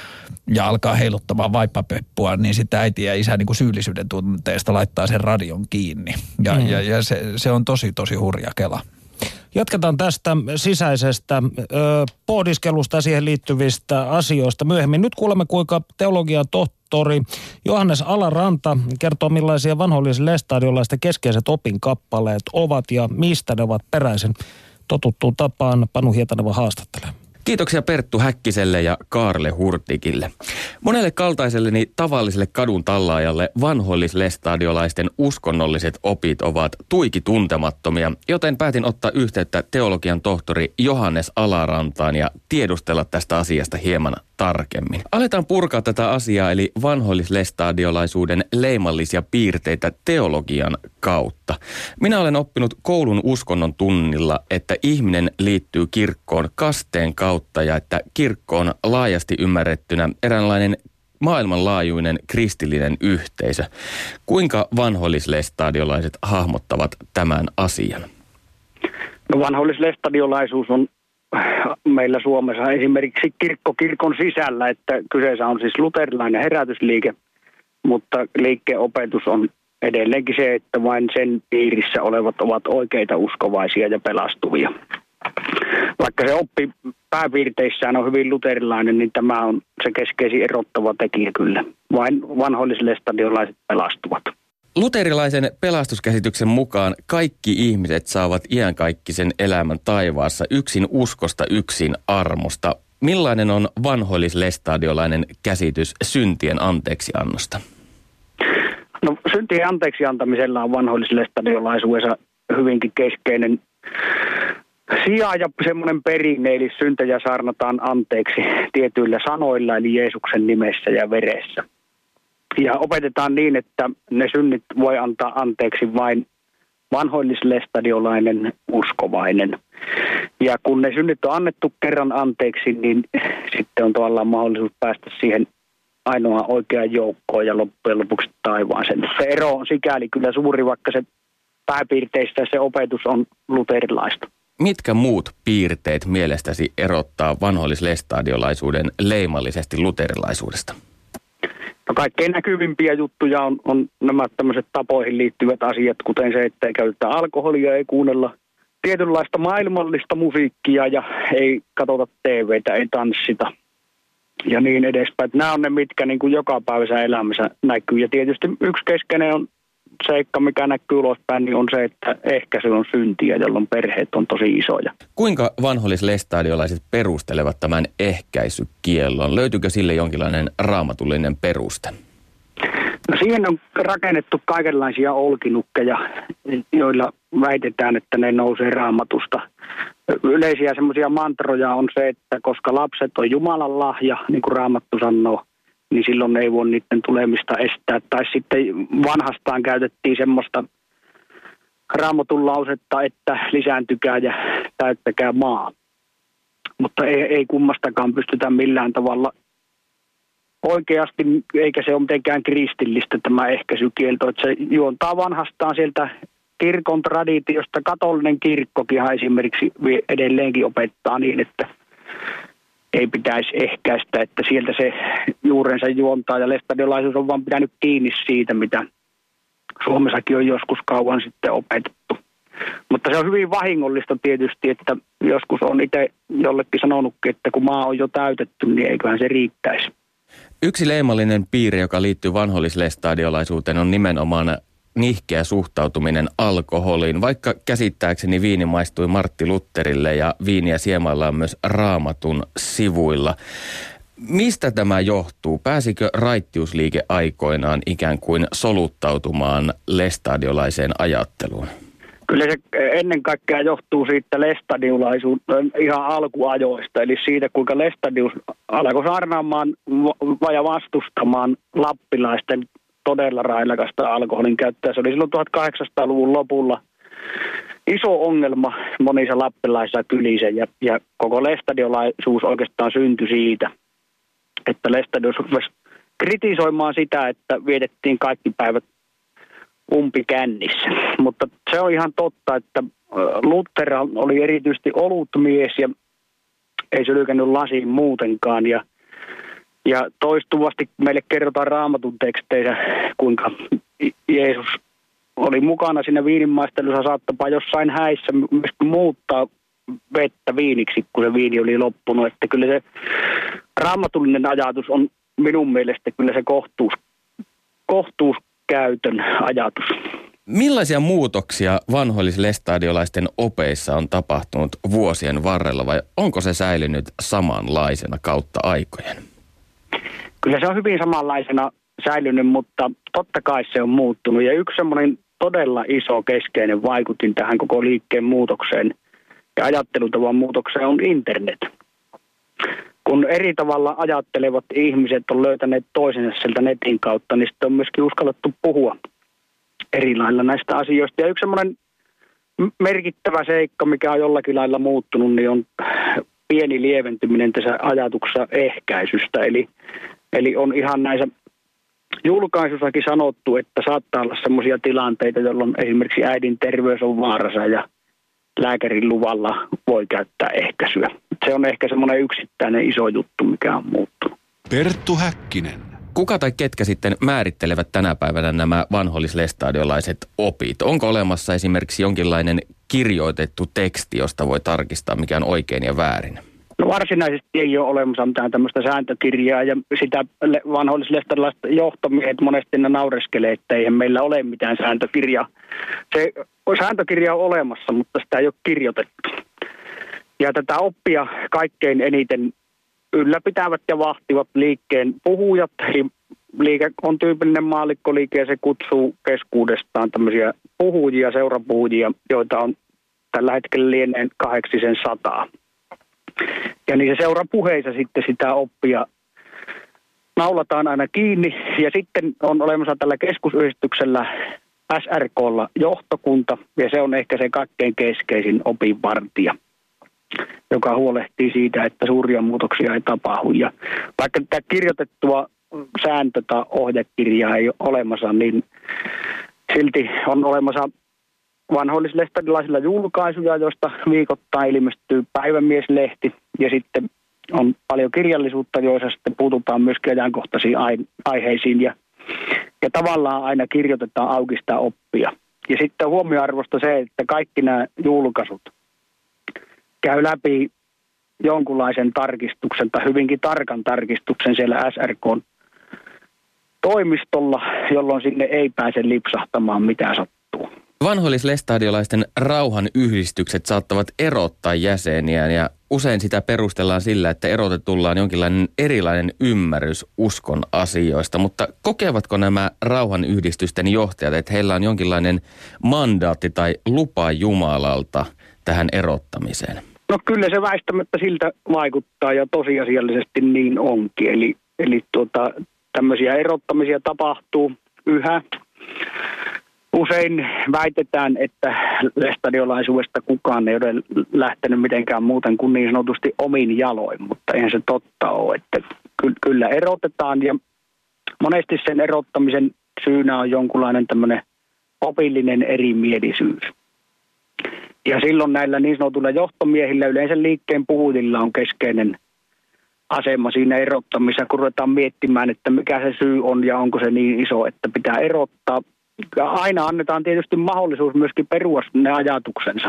ja alkaa heiluttamaan vaippapeppua, niin sitten äiti ja isä niin kuin syyllisyyden tunteesta laittaa sen radion kiinni. Ja se on tosi hurja kela. Jatketaan tästä sisäisestä pohdiskelusta ja siihen liittyvistä asioista myöhemmin. Nyt kuulemme, kuinka teologian tohtori Johannes Alaranta kertoo, millaisia vanhollis-lestadiolaisten keskeiset opinkappaleet ovat ja mistä ne ovat peräisin. Totuttuun tapaan Panu Hietaneva haastattelee. Kiitoksia Perttu Häkkiselle ja Kaarle Hurtikille. Monelle kaltaiselleni tavalliselle kadun tallaajalle vanhollis-lestadiolaisten uskonnolliset opit ovat tuiki tuntemattomia, joten päätin ottaa yhteyttä teologian tohtori Johannes Alarantaan ja tiedustella tästä asiasta hieman tarkemmin. Aletaan purkaa tätä asiaa eli vanhollis-lestadiolaisuuden leimallisia piirteitä teologian kautta. Minä olen oppinut koulun uskonnon tunnilla, että ihminen liittyy kirkkoon kasteen kautta ja että kirkko on laajasti ymmärrettynä eräänlainen maailmanlaajuinen kristillinen yhteisö. Kuinka vanhollis-lestadiolaiset hahmottavat tämän asian? No vanhollis-lestadiolaisuus on meillä Suomessa esimerkiksi kirkon sisällä, että kyseessä on siis luterilainen herätysliike, mutta liikkeen opetus on edelleenkin se, että vain sen piirissä olevat ovat oikeita uskovaisia ja pelastuvia. Vaikka se oppi pääpiirteissään on hyvin luterilainen, niin tämä on se keskeisin erottava tekijä kyllä. Vain vanhollis-lestadiolaiset pelastuvat. Luterilaisen pelastuskäsityksen mukaan kaikki ihmiset saavat iankaikkisen elämän taivaassa yksin uskosta, yksin armosta. Millainen on vanhollis-lestadiolainen käsitys syntien anteeksiannosta? No syntien anteeksiantamisella on vanhollis-lestadiolaisuudessa hyvinkin keskeinen sija ja semmoinen perinne, eli syntejä saarnataan anteeksi tietyillä sanoilla, eli Jeesuksen nimessä ja veressä. Ja opetetaan niin, että ne synnit voi antaa anteeksi vain vanhoillislestadiolainen uskovainen. Ja kun ne synnit on annettu kerran anteeksi, niin sitten on tavallaan mahdollisuus päästä siihen ainoa oikeaan joukkoon ja loppujen lopuksi taivaaseen. Se ero on sikäli kyllä suuri, vaikka se pääpiirteistä se opetus on luterilaista. Mitkä muut piirteet mielestäsi erottaa vanhoillislestadiolaisuuden leimallisesti luterilaisuudesta? No kaikkein näkyvimpiä juttuja on nämä tämmöiset tapoihin liittyvät asiat, kuten se, että ei käytetä alkoholia, ei kuunnella tietynlaista maailmallista musiikkia ja ei katsota TVtä, ei tanssita ja niin edespäin. Nämä on ne, mitkä niin kuin jokapäiväisessä elämässä näkyy. Ja tietysti yksi keskeinen on seikka, mikä näkyy ulospäin, niin on se, että ehkäisy on syntiä, jolloin perheet on tosi isoja. Kuinka vanhoillislestadiolaiset perustelevat tämän ehkäisykiellon? Löytyykö sille jonkinlainen raamatullinen peruste? No siihen on rakennettu kaikenlaisia olkinukkeja, joilla väitetään, että ne nousee Raamatusta. Yleisiä semmoisia mantroja on se, että koska lapset on Jumalan lahja, niin kuin Raamattu sanoo, niin silloin ei voi niiden tulemista estää. Tai sitten vanhastaan käytettiin semmoista Raamatun lausetta, että lisääntykää ja täyttäkää maa. Mutta ei kummastakaan pystytä millään tavalla oikeasti, eikä se ole mitenkään kristillistä tämä ehkäisykielto. Että se juontaa vanhastaan sieltä kirkon traditiosta. Katolinen kirkkokin esimerkiksi edelleenkin opettaa niin, että ei pitäisi ehkäistä, että sieltä se juurensa juontaa. Ja lestadiolaisuus on vaan pitänyt kiinni siitä, mitä Suomessakin on joskus kauan sitten opetettu. Mutta se on hyvin vahingollista tietysti, että joskus on itse jollekin sanonutkin, että kun maa on jo täytetty, niin eiköhän se riittäisi. Yksi leimallinen piirre, joka liittyy vanhoillislestadiolaisuuteen, on nimenomaan nihkeä suhtautuminen alkoholiin. Vaikka käsittääkseni viini maistui Martti Lutherille ja viiniä siemaillaan myös Raamatun sivuilla. Mistä tämä johtuu? Pääsikö raittiusliike aikoinaan ikään kuin soluttautumaan lestadiolaiseen ajatteluun? Kyllä se ennen kaikkea johtuu siitä lestadiolaisuuden ihan alkuajoista, eli siitä kuinka lestadius alkoi saarnaamaan ja vastustamaan lappilaisten todella railakasta alkoholin käyttöä. Se oli silloin 1800-luvun lopulla iso ongelma monissa lappilaisissa kylissä ja koko lestadiolaisuus oikeastaan syntyi siitä, että lestadius rupesi kritisoimaan sitä, että vietettiin kaikki päivät umpikännissä. Mutta se on ihan totta, että Luther oli erityisesti olutmies ja ei sylkännyt lasiin muutenkaan. Ja toistuvasti meille kerrotaan Raamatun teksteissä, kuinka Jeesus oli mukana siinä viininmaistelussa, saattapa jossain häissä myöskin muuttaa vettä viiniksi, kun se viini oli loppunut. Että kyllä se raamatullinen ajatus on minun mielestä kyllä se kohtuuskäytön ajatus. Millaisia muutoksia vanhoillislestadiolaisten opeissa on tapahtunut vuosien varrella vai onko se säilynyt samanlaisena kautta aikojen? Kyllä se on hyvin samanlaisena säilynyt, mutta totta kai se on muuttunut. Ja yksi semmoinen todella iso keskeinen vaikutin tähän koko liikkeen muutokseen ja ajattelutavan muutokseen on internet. Kun eri tavalla ajattelevat ihmiset on löytäneet toisensa sieltä netin kautta, niin sitten on myöskin uskallettu puhua eri lailla näistä asioista. Ja yksi semmoinen merkittävä seikka, mikä on jollakin lailla muuttunut, niin on pieni lieventyminen tässä ajatuksessa ehkäisystä. Eli on ihan näissä julkaisussakin sanottu, että saattaa olla semmoisia tilanteita, jolloin esimerkiksi äidin terveys on vaarassa ja lääkärin luvalla voi käyttää ehkäisyä. Se on ehkä semmoinen yksittäinen iso juttu, mikä on muuttunut. Perttu Häkkinen. Kuka tai ketkä sitten määrittelevät tänä päivänä nämä vanhoillislestadiolaiset opit? Onko olemassa esimerkiksi jonkinlainen kirjoitettu teksti, josta voi tarkistaa, mikä on oikein ja väärin? No varsinaisesti ei ole olemassa mitään tämmöistä sääntökirjaa ja sitä vanhoillislestadiolaiset johtomiehet monesti ne naureskelee, että eihän meillä ole mitään sääntökirjaa. Se sääntökirja on olemassa, mutta sitä ei ole kirjoitettu. Ja tätä oppia kaikkein eniten ylläpitävät ja vahtivat liikkeen puhujat. Liike on tyypillinen maallikkoliike ja se kutsuu keskuudestaan tämmöisiä puhujia, seurapuhujia, joita on tällä hetkellä lieneen 800. Ja niissä seurapuheissa sitten sitä oppia naulataan aina kiinni. Ja sitten on olemassa tällä keskusyhdistyksellä SRK:lla johtokunta, ja se on ehkä se kaikkein keskeisin opinvartija, joka huolehtii siitä, että suuria muutoksia ei tapahdu. Ja vaikka tätä kirjoitettua sääntö- tai ohjekirjaa ei ole olemassa, niin silti on olemassa vanhoillislestadiolaisilla julkaisuja, joista viikoittain ilmestyy päivämieslehti, ja sitten on paljon kirjallisuutta, joissa sitten puututaan myöskin ajankohtaisiin aiheisiin, ja tavallaan aina kirjoitetaan auki sitä oppia. Ja sitten huomioarvosta se, että kaikki nämä julkaisut käy läpi jonkunlaisen tarkistuksen tai hyvinkin tarkan tarkistuksen siellä SRK:n toimistolla, jolloin sinne ei pääse lipsahtamaan mitään sattuu. Vanhoillislestadiolaisten rauhanyhdistykset saattavat erottaa jäseniään ja usein sitä perustellaan sillä, että erotetulla on jonkinlainen erilainen ymmärrys uskon asioista. Mutta kokevatko nämä rauhanyhdistysten johtajat, että heillä on jonkinlainen mandaatti tai lupa Jumalalta tähän erottamiseen? No kyllä se väistämättä siltä vaikuttaa ja tosiasiallisesti niin onkin. Eli tämmöisiä erottamisia tapahtuu yhä. Usein väitetään, että lestadiolaisuudesta kukaan ei ole lähtenyt mitenkään muuten kuin niin sanotusti omin jaloin, mutta eihän se totta ole. Että kyllä erotetaan ja monesti sen erottamisen syynä on jonkunlainen tämmöinen opillinen erimielisyys. Ja silloin näillä niin sanotuilla johtomiehillä, yleensä liikkeen puhujilla on keskeinen asema siinä erottamisessa, kun ruvetaan miettimään, että mikä se syy on ja onko se niin iso, että pitää erottaa. Aina annetaan tietysti mahdollisuus myöskin perua ne ajatuksensa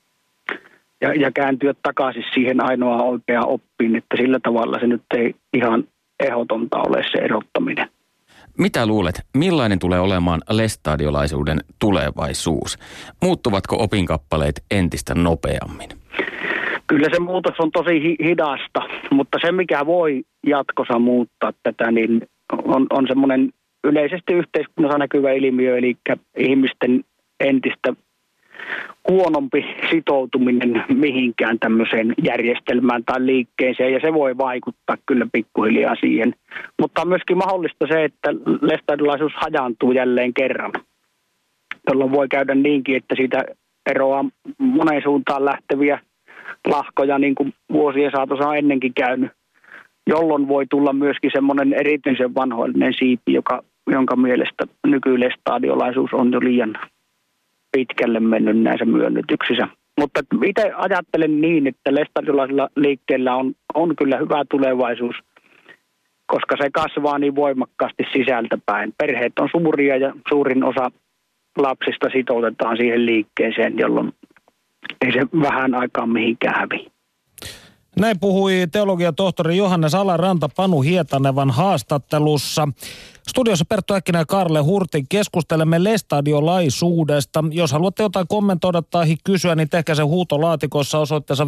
ja kääntyä takaisin siihen ainoa oikeaan oppiin, että sillä tavalla se nyt ei ihan ehdotonta ole se erottaminen. Mitä luulet, millainen tulee olemaan lestadiolaisuuden tulevaisuus? Muuttuvatko opinkappaleet entistä nopeammin? Kyllä se muutos on tosi hidasta, mutta se mikä voi jatkossa muuttaa tätä, niin on semmoinen yleisesti yhteiskunnassa näkyvä ilmiö, eli ihmisten entistä huonompi sitoutuminen mihinkään tämmöiseen järjestelmään tai liikkeeseen, ja se voi vaikuttaa kyllä pikkuhiljaa siihen. Mutta on myöskin mahdollista se, että lestadiolaisuus hajaantuu jälleen kerran, jolloin voi käydä niinkin, että siitä eroaa moneen suuntaan lähteviä lahkoja, niin kuin vuosien saatossa on ennenkin käynyt, jolloin voi tulla myöskin semmoinen erityisen vanhoillinen siipi, jonka mielestä nykylestadiolaisuus on jo liian pitkälle mennyt näissä myönnytyksissä. Mutta itse ajattelen niin, että lestadiolaisilla liikkeellä on kyllä hyvä tulevaisuus, koska se kasvaa niin voimakkaasti sisältäpäin. Perheet on suuria ja suurin osa lapsista sitoutetaan siihen liikkeeseen, jolloin ei se vähän aikaa mihinkään häviä. Näin puhui teologian tohtori Johannes Alaranta Panu Hietanevan haastattelussa. Studiossa Perttu Häkkinen ja Kaarle Hurti keskustelemme lestadiolaisuudesta. Jos haluatte jotain kommentoida tai kysyä, niin tehkää se huutolaatikossa osoitteessa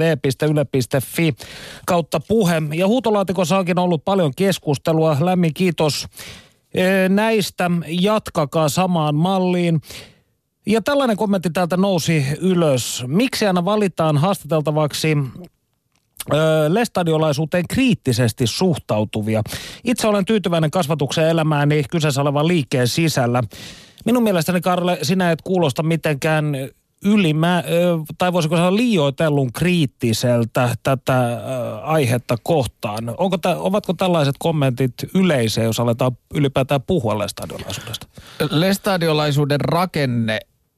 www.yle.fi/puhe. Ja huutolaatikossa onkin ollut paljon keskustelua. Lämmin kiitos näistä. Jatkakaa samaan malliin. Ja tällainen kommentti täältä nousi ylös. Miksi aina valitaan haastateltavaksi lestadiolaisuuteen kriittisesti suhtautuvia? Itse olen tyytyväinen kasvatuksen elämääni kyseessä olevan liikkeen sisällä. Minun mielestäni, Karle, sinä et kuulosta mitenkään tai voisiko sanoa liioitellun kriittiseltä tätä aihetta kohtaan. Ovatko tällaiset kommentit yleisiä, jos aletaan ylipäätään puhua lestadiolaisuudesta? Lestadiolaisuuden rakenne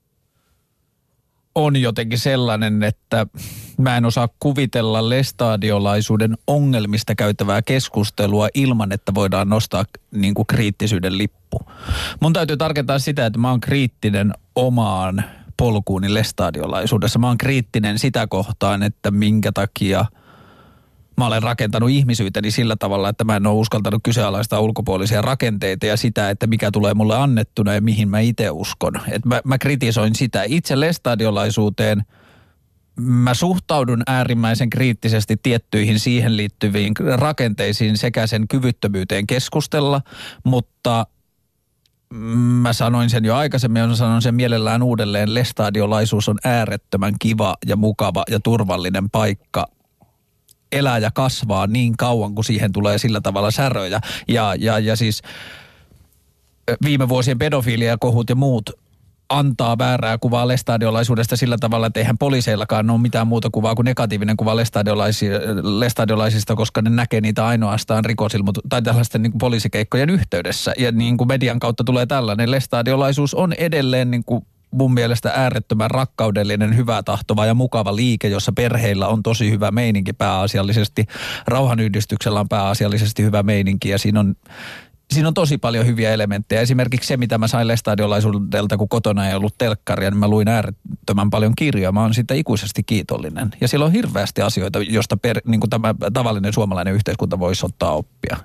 on jotenkin sellainen, että mä en osaa kuvitella lestadiolaisuuden ongelmista käytävää keskustelua ilman, että voidaan nostaa niin kuin kriittisyyden lippu. Mun täytyy tarkentaa sitä, että mä oon kriittinen omaan polkuuni lestadiolaisuudessa. Mä oon kriittinen sitä kohtaan, että minkä takia mä olen rakentanut ihmisyyteni sillä tavalla, että mä en ole uskaltanut kyseenalaistaa ulkopuolisia rakenteita ja sitä, että mikä tulee mulle annettuna ja mihin mä itse uskon. Että mä kritisoin sitä. Itse lestadiolaisuuteen mä suhtaudun äärimmäisen kriittisesti tiettyihin siihen liittyviin rakenteisiin sekä sen kyvyttömyyteen keskustella, mutta mä sanoin sen jo aikaisemmin ja sanon sen mielellään uudelleen. Lestadiolaisuus on äärettömän kiva ja mukava ja turvallinen paikka elää ja kasvaa niin kauan, kun siihen tulee sillä tavalla säröjä. Ja siis viime vuosien pedofiiliakohut ja muut antaa väärää kuvaa lestadiolaisuudesta sillä tavalla, että eihän poliiseillakaan ole mitään muuta kuvaa kuin negatiivinen kuva lestadiolaisista, koska ne näkee niitä ainoastaan tai tällaisten niin kuin poliisikeikkojen yhteydessä. Ja niin kuin median kautta tulee tällainen. Lestadiolaisuus on edelleen niin kuin mun mielestä äärettömän rakkaudellinen, hyvä tahtova ja mukava liike, jossa perheillä on tosi hyvä meininki pääasiallisesti. Rauhanyhdistyksellä on pääasiallisesti hyvä meininki ja siinä on tosi paljon hyviä elementtejä. Esimerkiksi se, mitä mä sain lestadiolaisuudelta, kun kotona ei ollut telkkaria, niin mä luin äärettömän paljon kirjoja. Mä oon siitä ikuisesti kiitollinen. Ja siellä on hirveästi asioita, joista niin kuin tämä tavallinen suomalainen yhteiskunta voisi ottaa oppia.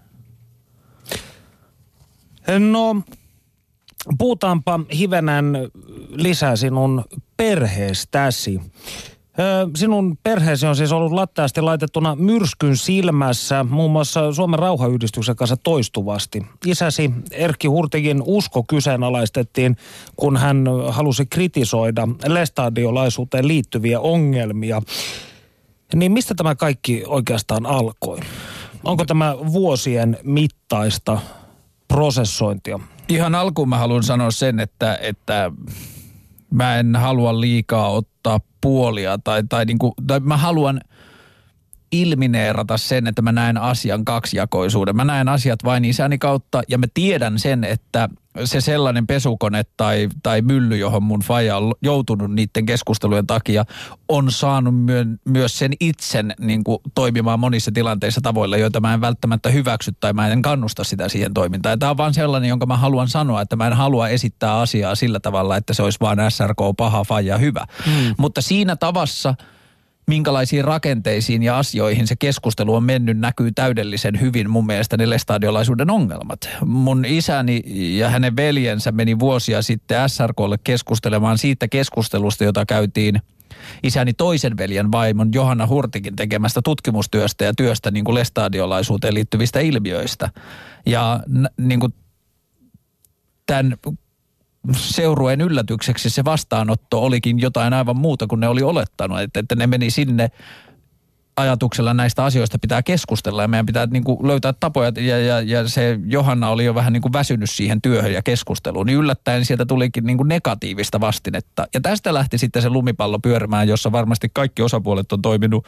No, puhutaanpa hivenen lisää sinun perheestäsi. Sinun perheesi on siis ollut latteasti laitettuna myrskyn silmässä muun muassa Suomen rauhanyhdistyksen kanssa toistuvasti. Isäsi Erkki Hurtigin usko kyseenalaistettiin, kun hän halusi kritisoida lestadiolaisuuteen liittyviä ongelmia. Niin mistä tämä kaikki oikeastaan alkoi? Onko tämä vuosien mittaista prosessointia? Ihan alkuun mä haluan sanoa sen, että mä en halua liikaa ottaa puolia tai mä haluan ilmineerata sen, että mä näen asian kaksijakoisuuden. Mä näen asiat vain isäni kautta ja mä tiedän sen, että se sellainen pesukone tai mylly, johon mun faija on joutunut niiden keskustelujen takia, on saanut myös sen itsen niin kuin toimimaan monissa tilanteissa tavoilla, joita mä en välttämättä hyväksy tai mä en kannusta sitä siihen toimintaan. Ja tää on vaan sellainen, jonka mä haluan sanoa, että mä en halua esittää asiaa sillä tavalla, että se olisi vaan SRK paha, faija hyvä. Mutta siinä tavassa, minkälaisiin rakenteisiin ja asioihin se keskustelu on mennyt, näkyy täydellisen hyvin mun mielestä ne lestadiolaisuuden ongelmat. Mun isäni ja hänen veljensä meni vuosia sitten SRK:lle keskustelemaan siitä keskustelusta, jota käytiin isäni toisen veljen vaimon Johanna Hurtigin tekemästä tutkimustyöstä ja työstä niin kuin lestadiolaisuuteen liittyvistä ilmiöistä. Ja niin kuin tämän seurueen yllätykseksi se vastaanotto olikin jotain aivan muuta kuin ne oli olettanut, että ne meni sinne ajatuksella näistä asioista pitää keskustella ja meidän pitää niin kuin löytää tapoja ja se Johanna oli jo vähän niin kuin väsynyt siihen työhön ja keskusteluun, niin yllättäen sieltä tulikin niin kuin negatiivista vastinetta. Ja tästä lähti sitten se lumipallo pyörimään, jossa varmasti kaikki osapuolet on toiminut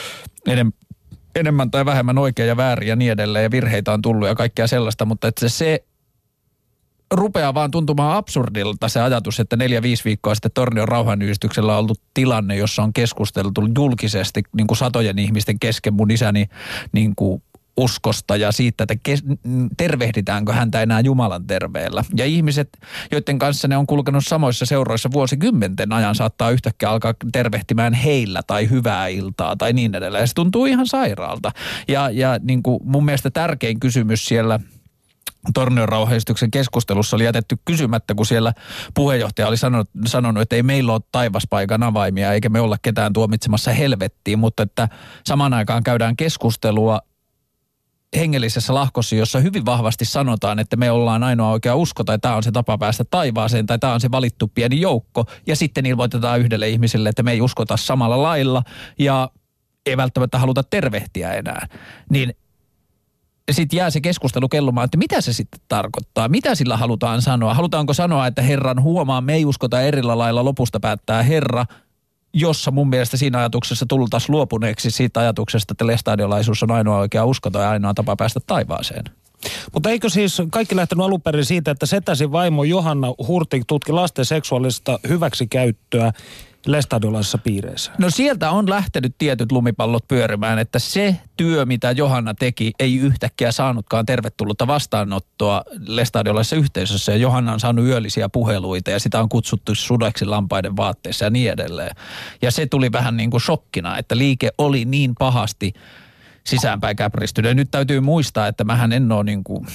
enemmän tai vähemmän oikein ja väärin ja niin edelleen ja virheitä on tullut ja kaikkea sellaista, mutta että se rupeaa vaan tuntumaan absurdilta se ajatus, että 4-5 viikkoa sitten Tornion rauhanyhdistyksellä on ollut tilanne, jossa on keskusteltu julkisesti niin kuin satojen ihmisten kesken mun isäni niin kuin uskosta ja siitä, että tervehditäänkö häntä enää Jumalan terveellä. Ja ihmiset, joiden kanssa ne on kulkenut samoissa seuroissa vuosikymmenten ajan, saattaa yhtäkkiä alkaa tervehtimään heillä tai hyvää iltaa tai niin edelleen. Ja se tuntuu ihan sairaalta. Ja niin kuin mun mielestä tärkein kysymys siellä Tornion rauhanyhdistyksen keskustelussa oli jätetty kysymättä, kun siellä puheenjohtaja oli sanonut, että ei meillä ole taivaspaikan avaimia eikä me olla ketään tuomitsemassa helvettiin, mutta että samaan aikaan käydään keskustelua hengellisessä lahkossa, jossa hyvin vahvasti sanotaan, että me ollaan ainoa oikea usko tai tämä on se tapa päästä taivaaseen tai tämä on se valittu pieni joukko ja sitten ilmoitetaan yhdelle ihmiselle, että me ei uskota samalla lailla ja ei välttämättä haluta tervehtiä enää, niin sitten jää se keskustelu kellumaan, että mitä se sitten tarkoittaa, mitä sillä halutaan sanoa. Halutaanko sanoa, että Herran huomaa, me ei uskota erillä lailla, lopusta päättää Herra, jossa mun mielestä siinä ajatuksessa tultaisiin luopuneeksi siitä ajatuksesta, että lestadiolaisuus on ainoa oikea usko tai ainoa tapa päästä taivaaseen. Mutta eikö siis kaikki lähtenyt alun perin siitä, että setäsi vaimo Johanna Hurtig tutki lasten seksuaalista hyväksikäyttöä lestadiolaisissa piireissä? No sieltä on lähtenyt tietyt lumipallot pyörimään, että se työ, mitä Johanna teki, ei yhtäkkiä saanutkaan tervetullutta vastaanottoa lestadiolaisessa yhteisössä. Ja Johanna on saanut yöllisiä puheluita ja sitä on kutsuttu sudeksi lampaiden vaatteissa ja niin edelleen. Ja se tuli vähän niin kuin shokkina, että liike oli niin pahasti sisäänpäin käpristynyt. Ja nyt täytyy muistaa, että mähän en ole niin kuin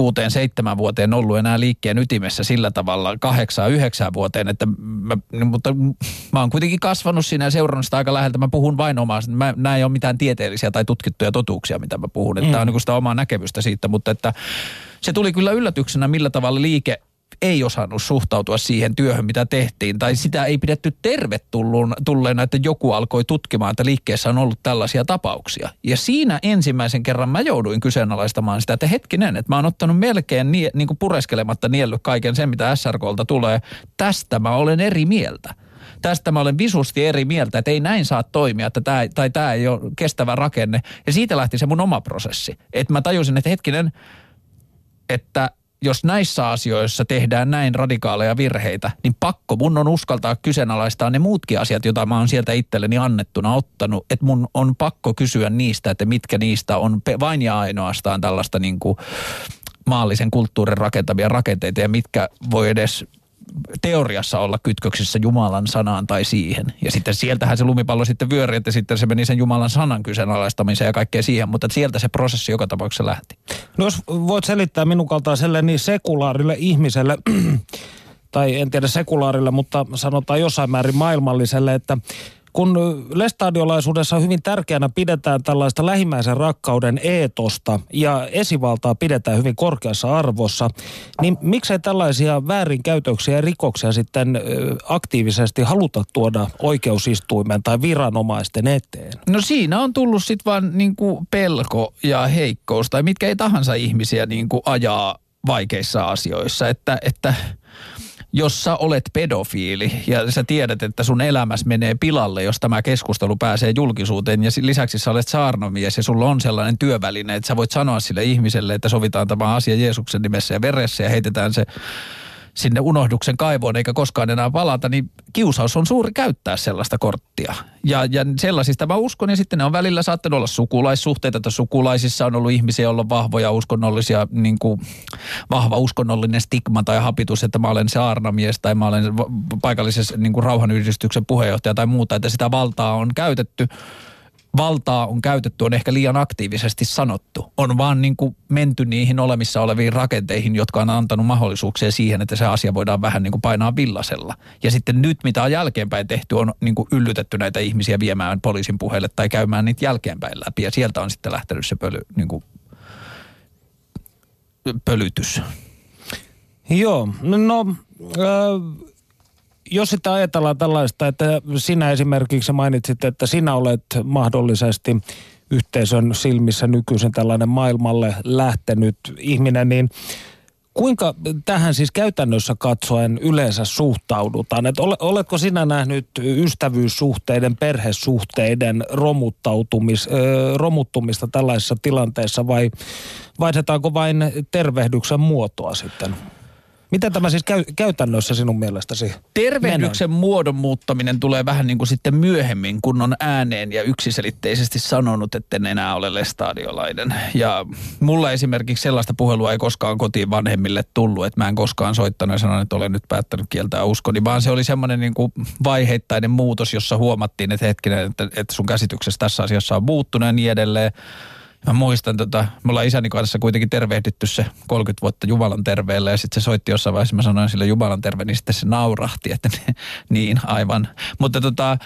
6-7 vuoteen ollut enää liikkeen ytimessä sillä tavalla 8-9 vuoteen, että mutta mä oon kuitenkin kasvanut siinä ja seurannut sitä aika läheltä. Mä puhun vain omaa. Nämä ei ole mitään tieteellisiä tai tutkittuja totuuksia, mitä mä puhun. Että tämä on niin kuin sitä omaa näkemystä siitä, mutta että se tuli kyllä yllätyksenä, millä tavalla liike ei osannut suhtautua siihen työhön, mitä tehtiin, tai sitä ei pidetty tervetulleena, että joku alkoi tutkimaan, että liikkeessä on ollut tällaisia tapauksia. Ja siinä ensimmäisen kerran mä jouduin kyseenalaistamaan sitä, että hetkinen, että mä oon ottanut melkein niin kuin pureskelematta niellyt kaiken sen, mitä SRK:lta tulee. Tästä mä olen eri mieltä. Tästä mä olen visusti eri mieltä, että ei näin saa toimia, että tämä ei ole kestävä rakenne. Ja siitä lähti se mun oma prosessi. Että mä tajusin, että hetkinen, että jos näissä asioissa tehdään näin radikaaleja virheitä, niin pakko mun on uskaltaa kyseenalaistaa ne muutkin asiat, joita mä oon sieltä itselleni annettuna ottanut. Että mun on pakko kysyä niistä, että mitkä niistä on vain ja ainoastaan tällaista niin kuin maallisen kulttuurin rakentamia rakenteita ja mitkä voi edes teoriassa olla kytköksissä Jumalan sanaan tai siihen. Ja sitten sieltähän se lumipallo sitten vyöri, että sitten se meni sen Jumalan sanan kyseenalaistamiseen ja kaikkea siihen, mutta sieltä se prosessi joka tapauksessa lähti. No jos voit selittää minun kaltaiselle niin sekulaarille ihmiselle, tai en tiedä sekulaarille, mutta sanotaan jossain määrin maailmalliselle, että kun lestadiolaisuudessa hyvin tärkeänä pidetään tällaista lähimmäisen rakkauden eetosta ja esivaltaa pidetään hyvin korkeassa arvossa, niin miksei tällaisia väärinkäytöksiä ja rikoksia sitten aktiivisesti haluta tuoda oikeusistuimen tai viranomaisten eteen? No siinä on tullut sitten vaan niinku pelko ja heikkous tai mitkä ei tahansa ihmisiä niinku ajaa vaikeissa asioissa, että jos sä olet pedofiili ja sä tiedät, että sun elämässä menee pilalle, jos tämä keskustelu pääsee julkisuuteen ja lisäksi sä olet saarnamies ja sulla on sellainen työväline, että sä voit sanoa sille ihmiselle, että sovitaan tämä asia Jeesuksen nimessä ja veressä ja heitetään se sinne unohduksen kaivoon eikä koskaan enää palata, niin kiusaus on suuri käyttää sellaista korttia. Ja sellaisista mä uskon, ja sitten ne on välillä saattanut olla sukulaissuhteita, että sukulaisissa on ollut ihmisiä, joilla on vahvoja uskonnollisia, niin kuin vahva uskonnollinen stigma tai hapitus, että mä olen saarnamies tai mä olen paikallisessa niin kuin rauhanyhdistyksen puheenjohtaja tai muuta, että sitä valtaa on käytetty, on ehkä liian aktiivisesti sanottu. On vaan niin kuin menty niihin olemissa oleviin rakenteihin, jotka on antanut mahdollisuuksia siihen, että se asia voidaan vähän niin kuin painaa villasella. Ja sitten nyt, mitä on jälkeenpäin tehty, on niin kuin yllytetty näitä ihmisiä viemään poliisin puheelle tai käymään niitä jälkeenpäin läpi. Ja sieltä on sitten lähtenyt se pölytys. Joo, jos sitä ajatellaan tällaista, että sinä esimerkiksi mainitsit, että sinä olet mahdollisesti yhteisön silmissä nykyisin tällainen maailmalle lähtenyt ihminen, niin kuinka tähän siis käytännössä katsoen yleensä suhtaudutaan? Että oletko sinä nähnyt ystävyyssuhteiden, perhesuhteiden romuttumista tällaisessa tilanteessa vai vaihdetaanko vain tervehdyksen muotoa sitten? Miten tämä siis käytännössä sinun mielestäsi tervehdyksen muodon muuttaminen tulee vähän niin kuin sitten myöhemmin, kun on ääneen ja yksiselitteisesti sanonut, että en enää ole lestadiolainen. Ja mulla esimerkiksi sellaista puhelua ei koskaan kotiin vanhemmille tullut, että mä en koskaan soittanut ja sanonut, että olen nyt päättänyt kieltää uskoni, vaan se oli semmoinen niin kuin vaiheittainen muutos, jossa huomattiin, että hetkinen, että sun käsityksessä tässä asiassa on muuttunut ja niin edelleen. Mä muistan, me ollaan isäni kanssa kuitenkin tervehditty se 30 vuotta Jumalan terveellä ja sitten se soitti jossain vaiheessa, mä sanoin sille Jumalan terve, niin sitten se naurahti, että niin aivan. Mutta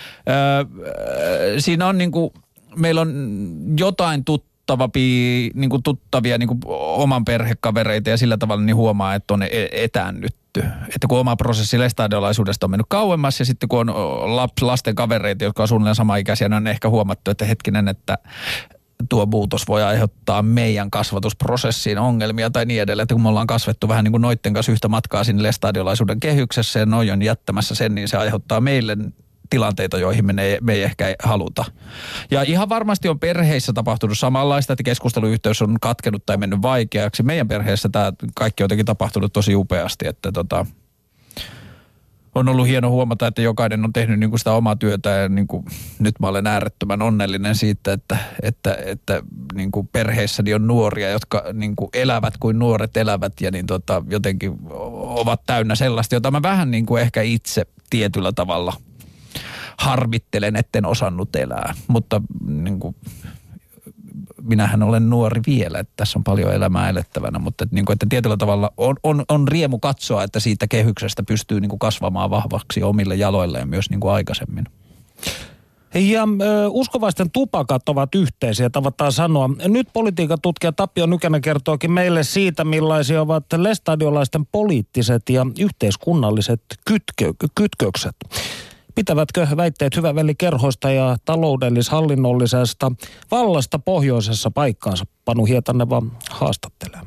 siinä on niinku, meillä on jotain tuttavia niinku oman perhekavereita ja sillä tavalla niin huomaa, että on etäännytty. Että kun oma prosessi lestadiolaisuudesta on mennyt kauemmas ja sitten kun on lasten kavereita, jotka on suunnilleen samaikäisiä, niin on ehkä huomattu, että hetkinen, että tuo muutos voi aiheuttaa meidän kasvatusprosessiin ongelmia tai niin edelleen. Että kun me ollaan kasvettu vähän niin kuin noitten kanssa yhtä matkaa sinne lestadiolaisuuden kehyksessä ja noi on jättämässä sen, niin se aiheuttaa meille tilanteita, joihin me ei ehkä haluta. Ja ihan varmasti on perheissä tapahtunut samanlaista, että keskusteluyhteys on katkenut tai mennyt vaikeaksi. Meidän perheessä tämä kaikki on jotenkin tapahtunut tosi upeasti, että on ollut hieno huomata, että jokainen on tehnyt niin kuin sitä omaa työtä ja niin kuin, nyt mä olen äärettömän onnellinen siitä, että niin kuin perheessäni on nuoria, jotka niin kuin elävät kuin nuoret elävät ja niin jotenkin ovat täynnä sellaista, jota mä vähän niin kuin ehkä itse tietyllä tavalla harmittelen, etten osannut elää, mutta niin kuin minähän olen nuori vielä, että tässä on paljon elämää elettävänä, mutta että tietyllä tavalla on riemu katsoa, että siitä kehyksestä pystyy niin kuin kasvamaan vahvaksi omille jaloilleen myös niin kuin aikaisemmin. Ja uskovaisten tupakat ovat yhteisiä, tavataan sanoa. Nyt politiikan tutkija Tapio Nykänen kertookin meille siitä, millaisia ovat lestadiolaisten poliittiset ja yhteiskunnalliset kytkökset. Pitävätkö väitteet hyvävelikerhoista ja taloudellis-hallinnollisesta vallasta pohjoisessa paikkaansa? Panu Hietaneva haastattelee.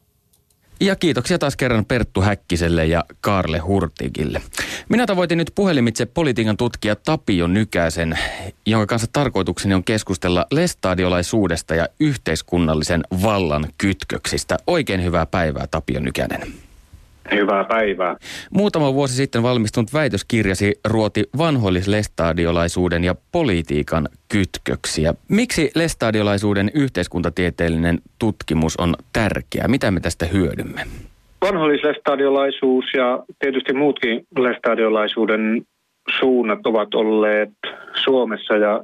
Ja kiitoksia taas kerran Perttu Häkkiselle ja Kaarle Hurtigille. Minä tavoitin nyt puhelimitse politiikan tutkija Tapio Nykäsen, jonka kanssa tarkoitukseni on keskustella lestadiolaisuudesta ja yhteiskunnallisen vallan kytköksistä. Oikein hyvää päivää, Tapio Nykänen. Hyvää päivää. Muutama vuosi sitten valmistunut väitöskirjasi ruoti vanhoillislestadiolaisuuden ja politiikan kytköksiä. Miksi lestadiolaisuuden yhteiskuntatieteellinen tutkimus on tärkeää? Mitä me tästä hyödymme? Vanhoillislestadiolaisuus ja tietysti muutkin lestadiolaisuuden suunnat ovat olleet Suomessa ja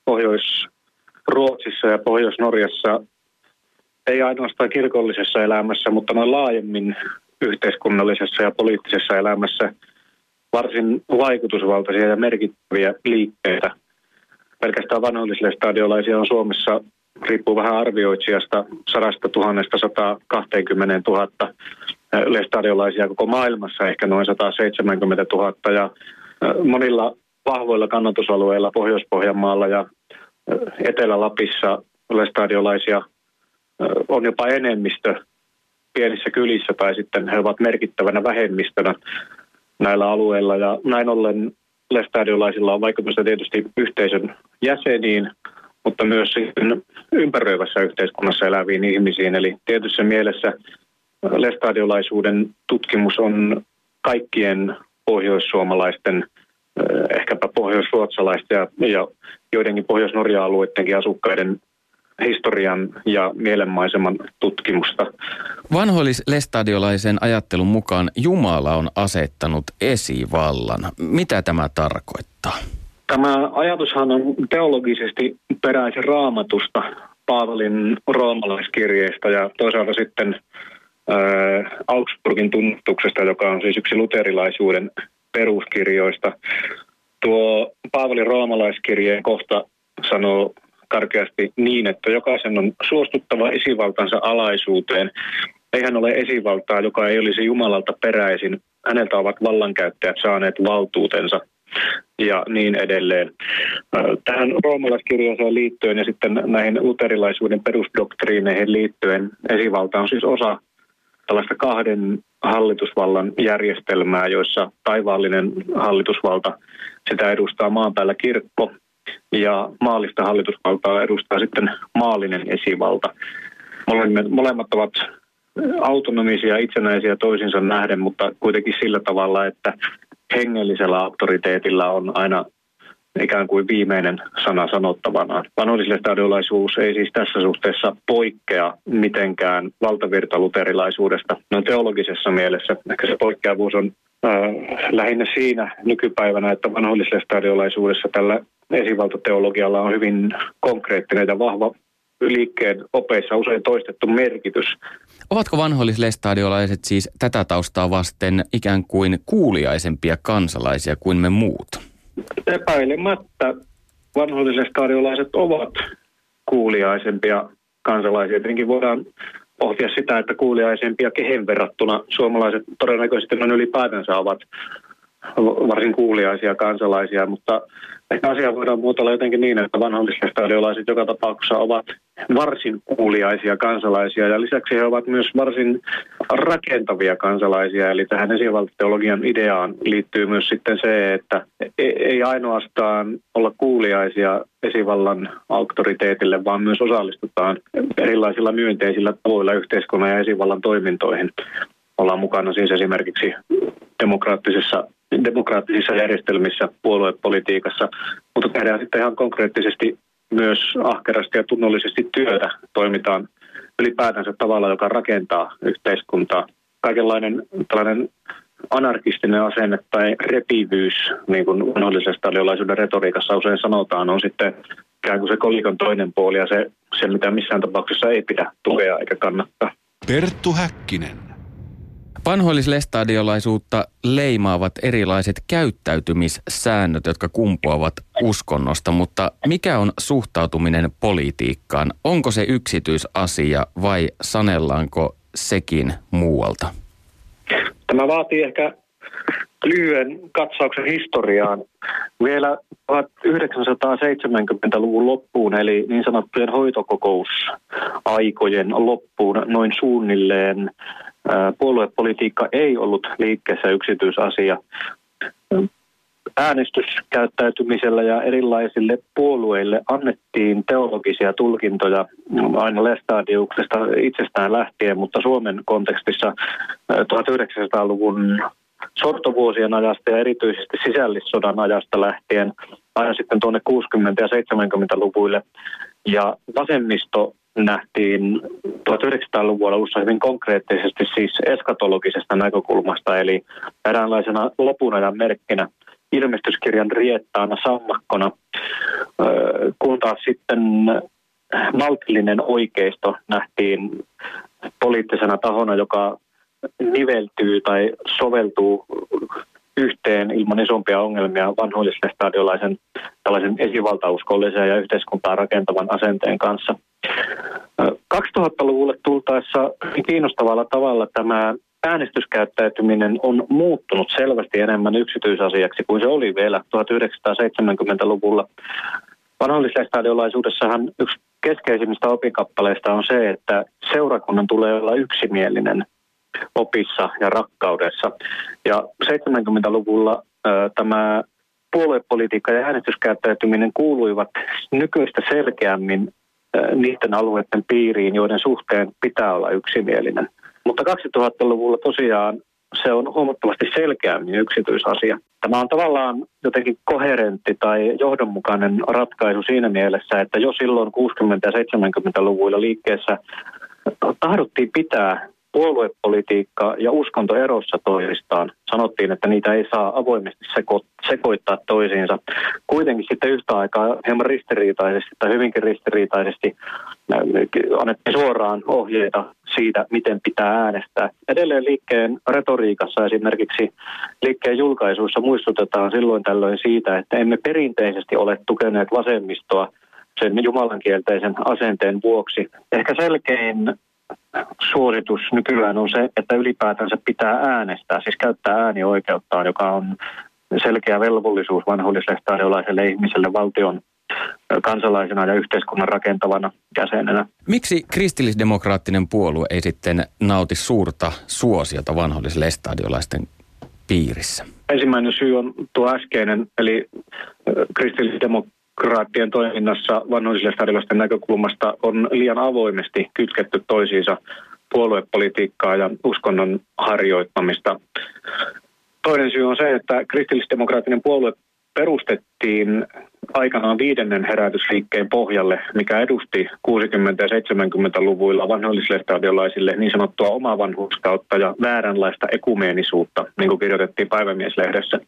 Pohjois-Ruotsissa ja Pohjois-Norjassa, ei ainoastaan kirkollisessa elämässä, mutta noin laajemmin yhteiskunnallisessa ja poliittisessa elämässä varsin vaikutusvaltaisia ja merkittäviä liikkeitä. Pelkästään vanhoillislestadiolaisia on Suomessa, riippuu vähän arvioitsijasta, 100 000 120 000 lestadiolaisia koko maailmassa, ehkä noin 170 000. Ja monilla vahvoilla kannatusalueilla Pohjois-Pohjanmaalla ja Etelä-Lapissa lestadiolaisia on jopa enemmistö pienissä kylissä, tai sitten he ovat merkittävänä vähemmistönä näillä alueilla. Ja näin ollen lestadiolaisilla on vaikutusta tietysti yhteisön jäseniin, mutta myös sitten ympäröivässä yhteiskunnassa eläviin ihmisiin. Eli tietyssä mielessä lestadiolaisuuden tutkimus on kaikkien pohjoissuomalaisten, ehkäpä pohjoisruotsalaisten ja joidenkin Pohjois-Norja-alueidenkin asukkaiden historian ja mielenmaiseman tutkimusta. Vanhoillislestadiolaisen ajattelun mukaan Jumala on asettanut esivallan. Mitä tämä tarkoittaa? Tämä ajatushan on teologisesti peräisin Raamatusta, Paavalin roomalaiskirjeistä ja toisaalta sitten Augsburgin tunnustuksesta, joka on siis yksi luterilaisuuden peruskirjoista. Tuo Paavalin roomalaiskirjeen kohta sanoo karkeasti niin, että jokaisen on suostuttava esivaltansa alaisuuteen. Eihän ole esivaltaa, joka ei olisi Jumalalta peräisin. Häneltä ovat vallankäyttäjät saaneet valtuutensa ja niin edelleen. Tähän roomalaiskirjeeseen liittyen ja sitten näihin luterilaisuuden perusdoktriineihin liittyen esivalta on siis osa tällaista kahden hallitusvallan järjestelmää, joissa taivaallinen hallitusvalta, sitä edustaa maan päällä kirkko, ja maallista hallitusvaltaa edustaa sitten maallinen esivalta. Molemmat ovat autonomisia, itsenäisiä toisinsa nähden, mutta kuitenkin sillä tavalla, että hengellisellä auktoriteetilla on aina ikään kuin viimeinen sana sanottavanaan. Vanhoillislestadiolaisuus ei siis tässä suhteessa poikkea mitenkään valtavirtaluterilaisuudesta. No teologisessa mielessä ehkä se poikkeavuus on lähinnä siinä nykypäivänä, että vanhoillislestadiolaisuudessa tällä esivaltateologialla on hyvin konkreettinen ja vahva liikkeen opeissa usein toistettu merkitys. Ovatko vanhoillislestadiolaiset siis tätä taustaa vasten ikään kuin kuuliaisempia kansalaisia kuin me muut? Epäilemättä vanhoillislestadiolaiset ovat kuuliaisempia kansalaisia. Tietenkin voidaan pohtia sitä, että kuuliaisempia kehen verrattuna suomalaiset todennäköisesti noin ylipäätänsä ovat varsin kuuliaisia kansalaisia, mutta ehkä asia voidaan muotoilla jotenkin niin, että vanhoillislestadiolaiset joka tapauksessa ovat varsin kuuliaisia kansalaisia ja lisäksi he ovat myös varsin rakentavia kansalaisia. Eli tähän esivaltateologian ideaan liittyy myös sitten se, että ei ainoastaan olla kuuliaisia esivallan auktoriteetille, vaan myös osallistutaan erilaisilla myönteisillä tavoilla yhteiskunnan ja esivallan toimintoihin. Ollaan mukana siis esimerkiksi demokraattisissa järjestelmissä, puoluepolitiikassa, mutta tehdään sitten ihan konkreettisesti myös ahkerasti ja tunnollisesti työtä. Toimitaan ylipäätänsä tavalla, joka rakentaa yhteiskuntaa. Kaikenlainen tällainen anarkistinen asenne tai repivyys, niin kuin vanhoillislestadiolaisuuden retoriikassa usein sanotaan, on sitten ikään kuin se kolikon toinen puoli ja se mitä missään tapauksessa ei pidä tukea eikä kannattaa. Perttu Häkkinen. Vanhoillislestadiolaisuutta leimaavat erilaiset käyttäytymissäännöt, jotka kumpuavat uskonnosta, mutta mikä on suhtautuminen politiikkaan? Onko se yksityisasia vai sanellaanko sekin muualta? Tämä vaatii ehkä lyhyen katsauksen historiaan. Vielä 1970-luvun loppuun, eli niin sanottujen hoitokokousaikojen loppuun noin suunnilleen, puoluepolitiikka ei ollut liikkeessä yksityisasia. Äänestyskäyttäytymisellä ja erilaisille puolueille annettiin teologisia tulkintoja aina Lestadiuksesta itsestään lähtien, mutta Suomen kontekstissa 1900-luvun sortovuosien ajasta ja erityisesti sisällissodan ajasta lähtien aina sitten tuonne 60- ja 70-luvuille. Ja vasemmisto nähtiin 1900-luvun alussa hyvin konkreettisesti siis eskatologisesta näkökulmasta, eli eräänlaisena lopunajan merkkinä, ilmestyskirjan riettaana, sammakkona, kun taas sitten maltillinen oikeisto nähtiin poliittisena tahona, joka niveltyy tai soveltuu yhteen ilman isompia ongelmia vanhoillislestadiolaisen tällaisen esivaltauskollisen ja yhteiskuntaa rakentavan asenteen kanssa. 2000-luvulle tultaessa kiinnostavalla tavalla tämä äänestyskäyttäytyminen on muuttunut selvästi enemmän yksityisasiaksi kuin se oli vielä 1970-luvulla. Vanhoillislestadiolaisuudessahan yksi keskeisimmistä opinkappaleista on se, että seurakunnan tulee olla yksimielinen opissa ja rakkaudessa. Ja 70-luvulla tämä puoluepolitiikka ja äänestyskäyttäytyminen kuuluivat nykyistä selkeämmin niiden alueiden piiriin, joiden suhteen pitää olla yksimielinen. Mutta 2000-luvulla tosiaan se on huomattavasti selkeämmin yksityisasia. Tämä on tavallaan jotenkin koherentti tai johdonmukainen ratkaisu siinä mielessä, että jo silloin 60- ja 70-luvuilla liikkeessä tahdottiin pitää puoluepolitiikka ja uskonto erossa toisistaan. Sanottiin, että niitä ei saa avoimesti sekoittaa toisiinsa. Kuitenkin sitten yhtä aikaa hieman ristiriitaisesti tai hyvinkin ristiriitaisesti annettiin suoraan ohjeita siitä, miten pitää äänestää. Edelleen liikkeen retoriikassa esimerkiksi liikkeen julkaisuissa muistutetaan silloin tällöin siitä, että emme perinteisesti ole tukeneet vasemmistoa sen jumalankielteisen asenteen vuoksi. Ehkä selkein suositus nykyään on se, että ylipäätänsä pitää äänestää, siis käyttää äänioikeuttaan, joka on selkeä velvollisuus vanhoillislestadiolaiselle ihmiselle valtion kansalaisena ja yhteiskunnan rakentavana jäsenenä. Miksi kristillisdemokraattinen puolue ei sitten nauti suurta suosiota vanhoillislestadiolaisten piirissä? Ensimmäinen syy on tuo äskeinen, eli kristillisdemokraattien toiminnassa vanhoillislestadiolaisten näkökulmasta on liian avoimesti kytketty toisiinsa puoluepolitiikkaa ja uskonnon harjoittamista. Toinen syy on se, että kristillisdemokraattinen puolue perustettiin aikanaan 5. herätysliikkeen pohjalle, mikä edusti 60- ja 70-luvuilla vanhoillislestadiolaisille niin sanottua omavanhurskautta ja vääränlaista ekumeenisuutta, niin kuin kirjoitettiin Päivämies-lehdessä.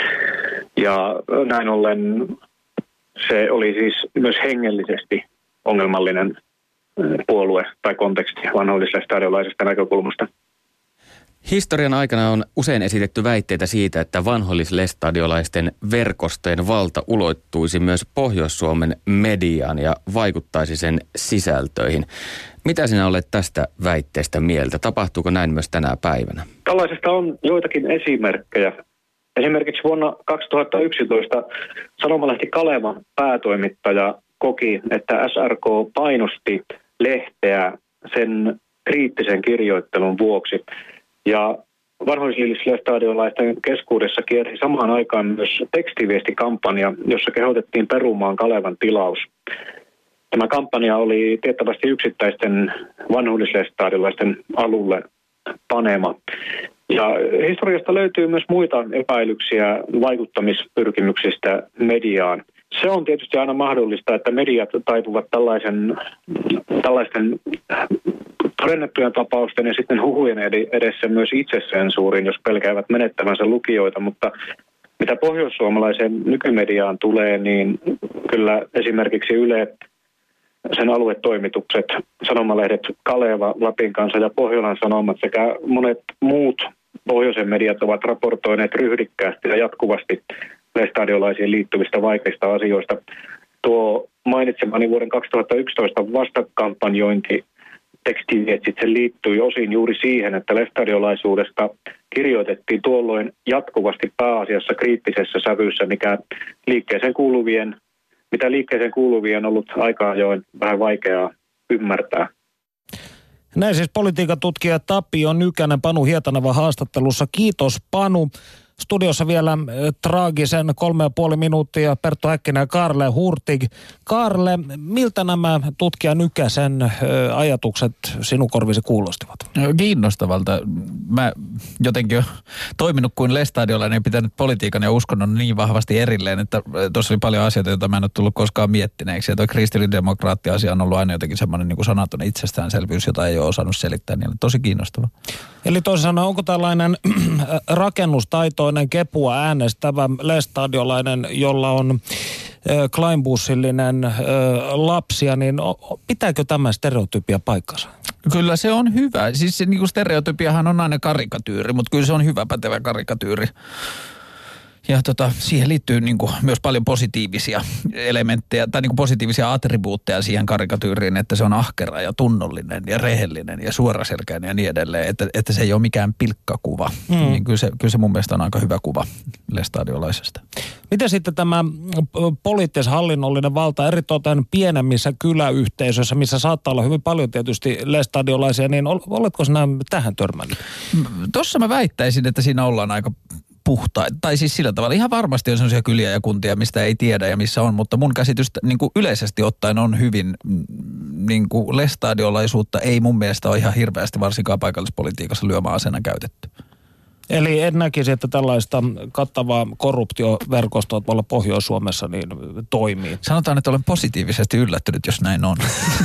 Ja näin ollen se oli siis myös hengellisesti ongelmallinen puolue tai konteksti vanhoillislestadiolaisesta näkökulmasta. Historian aikana on usein esitetty väitteitä siitä, että vanhoillislestadiolaisten verkostojen valta ulottuisi myös Pohjois-Suomen mediaan ja vaikuttaisi sen sisältöihin. Mitä sinä olet tästä väitteestä mieltä? Tapahtuuko näin myös tänä päivänä? Tällaisesta on joitakin esimerkkejä. Esimerkiksi vuonna 2011 sanomalehti Kalevan päätoimittaja koki, että SRK painosti lehteä sen kriittisen kirjoittelun vuoksi. Ja vanhoillislestadiolaisten keskuudessa kiersi samaan aikaan myös tekstiviestikampanja, jossa kehotettiin perumaan Kalevan tilaus. Tämä kampanja oli tiettävästi yksittäisten vanhoillislestadiolaisten alulle panema. Ja historiasta löytyy myös muita epäilyksiä vaikuttamispyrkimyksistä mediaan. Se on tietysti aina mahdollista, että mediat taipuvat tällaisten todennettujen tapausten ja sitten huhujen edessä myös itsesensuuriin, jos pelkäävät menettävänsä lukijoita, mutta mitä pohjoissuomalaiseen nykymediaan tulee, niin kyllä esimerkiksi Yle sen aluetoimitukset, sanomalehdet Kaleva, Lapin Kansa ja Pohjolan Sanomat sekä monet muut pohjoisen mediat ovat raportoineet ryhdikkäästi ja jatkuvasti lestadiolaisiin liittyvistä vaikeista asioista. Tuo mainitsemani vuoden 2011 vastakampanjointi tekstiviestit, se liittyi osin juuri siihen, että lestadiolaisuudesta kirjoitettiin tuolloin jatkuvasti pääasiassa kriittisessä sävyssä, mitä liikkeeseen kuuluvien on ollut aika ajoin vähän vaikeaa ymmärtää. Näin siis politiikan tutkija Tapio Nykänen Panu Hietaneva haastattelussa. Kiitos Panu. Studiossa vielä traagisen 3,5 minuuttia Perttu Häkkinen ja Kaarle Hurtig. Kaarle, miltä nämä tutkija Nykäsen ajatukset sinun korvisi kuulostivat? Kiinnostavalta. Mä jotenkin olen toiminut kuin lestadiolainen ja pitänyt politiikan ja uskonnon niin vahvasti erilleen, että tuossa oli paljon asioita, joita mä en ole tullut koskaan miettineeksi. Ja tuo kristillidemokraatti-asia on ollut aina jotenkin semmoinen niin kuin sanaton itsestäänselvyys, jota ei ole osannut selittää. Niin tosi kiinnostava. Eli toisin sanoen, onko tällainen rakennustaitoinen kepua äänestävä lestadiolainen, jolla on kleinbussillinen lapsia, niin pitääkö tämä stereotypia paikkansa? Kyllä se on hyvä. Siis se niin stereotypiahan on aina karikatyyri, mutta kyllä se on hyvä pätevä karikatyyri. Ja siihen liittyy niin kuin myös paljon positiivisia elementtejä tai niin kuin positiivisia attribuutteja siihen karikatyyriin, että se on ahkera ja tunnollinen ja rehellinen ja suoraselkäinen ja niin edelleen, että se ei ole mikään pilkkakuva. Niin kyllä se mun mielestä on aika hyvä kuva lestadiolaisesta. Miten sitten tämä poliittis-hallinnollinen valta eritoten pienemmissä kyläyhteisöissä, missä saattaa olla hyvin paljon tietysti lestadiolaisia, niin oletko sinä tähän törmännyt? Tuossa mä väittäisin, että siinä ollaan aika puhtaita. Tai siis sillä tavalla ihan varmasti on sellaisia kyliä ja kuntia, mistä ei tiedä ja missä on, mutta mun käsitystä niin kuin yleisesti ottaen on hyvin niin kuin lestadiolaisuutta ei mun mielestä ole ihan hirveästi varsinkaan paikallispolitiikassa lyömäasena käytetty. Eli en näkisi, että tällaista kattavaa korruptioverkostoa tuolla Pohjois-Suomessa niin toimii. Sanotaan, että olen positiivisesti yllättynyt, jos näin on.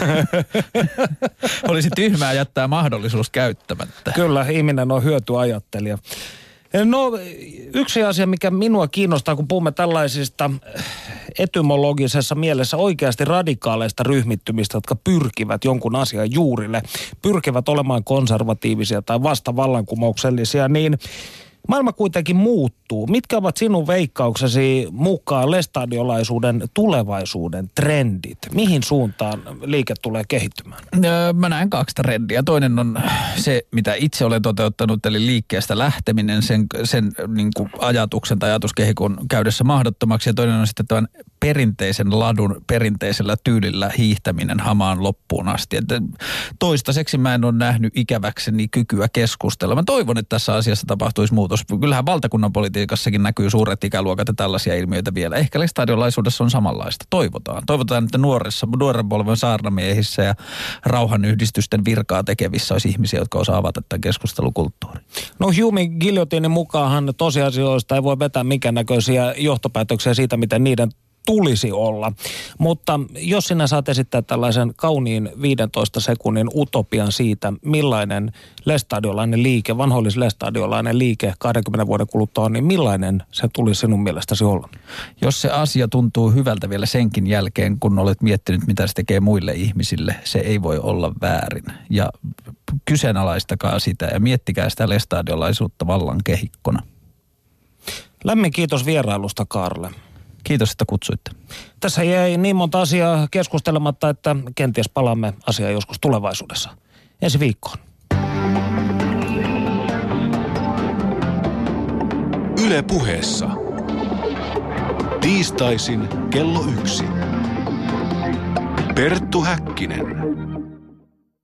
Olisi tyhmää jättää mahdollisuus käyttämättä. Kyllä, ihminen on hyötyajattelija. No, yksi asia, mikä minua kiinnostaa, kun puhumme tällaisista etymologisessa mielessä oikeasti radikaaleista ryhmittymistä, jotka pyrkivät jonkun asian juurille, pyrkivät olemaan konservatiivisia tai vasta vallankumouksellisia, niin maailma kuitenkin muuttuu. Mitkä ovat sinun veikkauksesi mukaan lestadiolaisuuden tulevaisuuden trendit? Mihin suuntaan liike tulee kehittymään? Mä näen 2 trendiä. Toinen on se, mitä itse olen toteuttanut, eli liikkeestä lähteminen, sen niin kuin ajatuksen tai ajatuskehikon käydessä mahdottomaksi. Ja toinen on sitten tämän perinteisen ladun perinteisellä tyylillä hiihtäminen hamaan loppuun asti. Että toistaiseksi mä en ole nähnyt ikäväkseni kykyä keskustella. Mä toivon, että tässä asiassa tapahtuisi muutos. Kyllähän valtakunnan politiikassakin näkyy suuret ikäluokat ja tällaisia ilmiöitä vielä. Ehkä lestadiolaisuudessa on samanlaista. Toivotaan, että nuoren polven saarnamiehissä ja rauhanyhdistysten virkaa tekevissä olisi ihmisiä, jotka osaa avata tämän keskustelukulttuurin. No Hume Guillotinin mukaanhan tosiasioista ei voi vetää minkään näköisiä johtopäätöksiä siitä, miten niiden tulisi olla. Mutta jos sinä saat esittää tällaisen kauniin 15 sekunnin utopian siitä, millainen lestadiolainen liike, vanhollis-lestadiolainen liike 20 vuoden kuluttua on, niin millainen se tulisi sinun mielestäsi olla? Jos se asia tuntuu hyvältä vielä senkin jälkeen, kun olet miettinyt, mitä se tekee muille ihmisille, se ei voi olla väärin. Ja kyseenalaistakaa sitä ja miettikää sitä lestadiolaisuutta vallan kehikkona. Lämmin kiitos vierailusta, Kaarle. Kiitos, että kutsuitte. Tässä jäi niin monta asiaa keskustelematta, että kenties palaamme asiaan joskus tulevaisuudessa. Ensi viikkoon. Yle Puheessa. Tiistaisin kello 1. Perttu Häkkinen.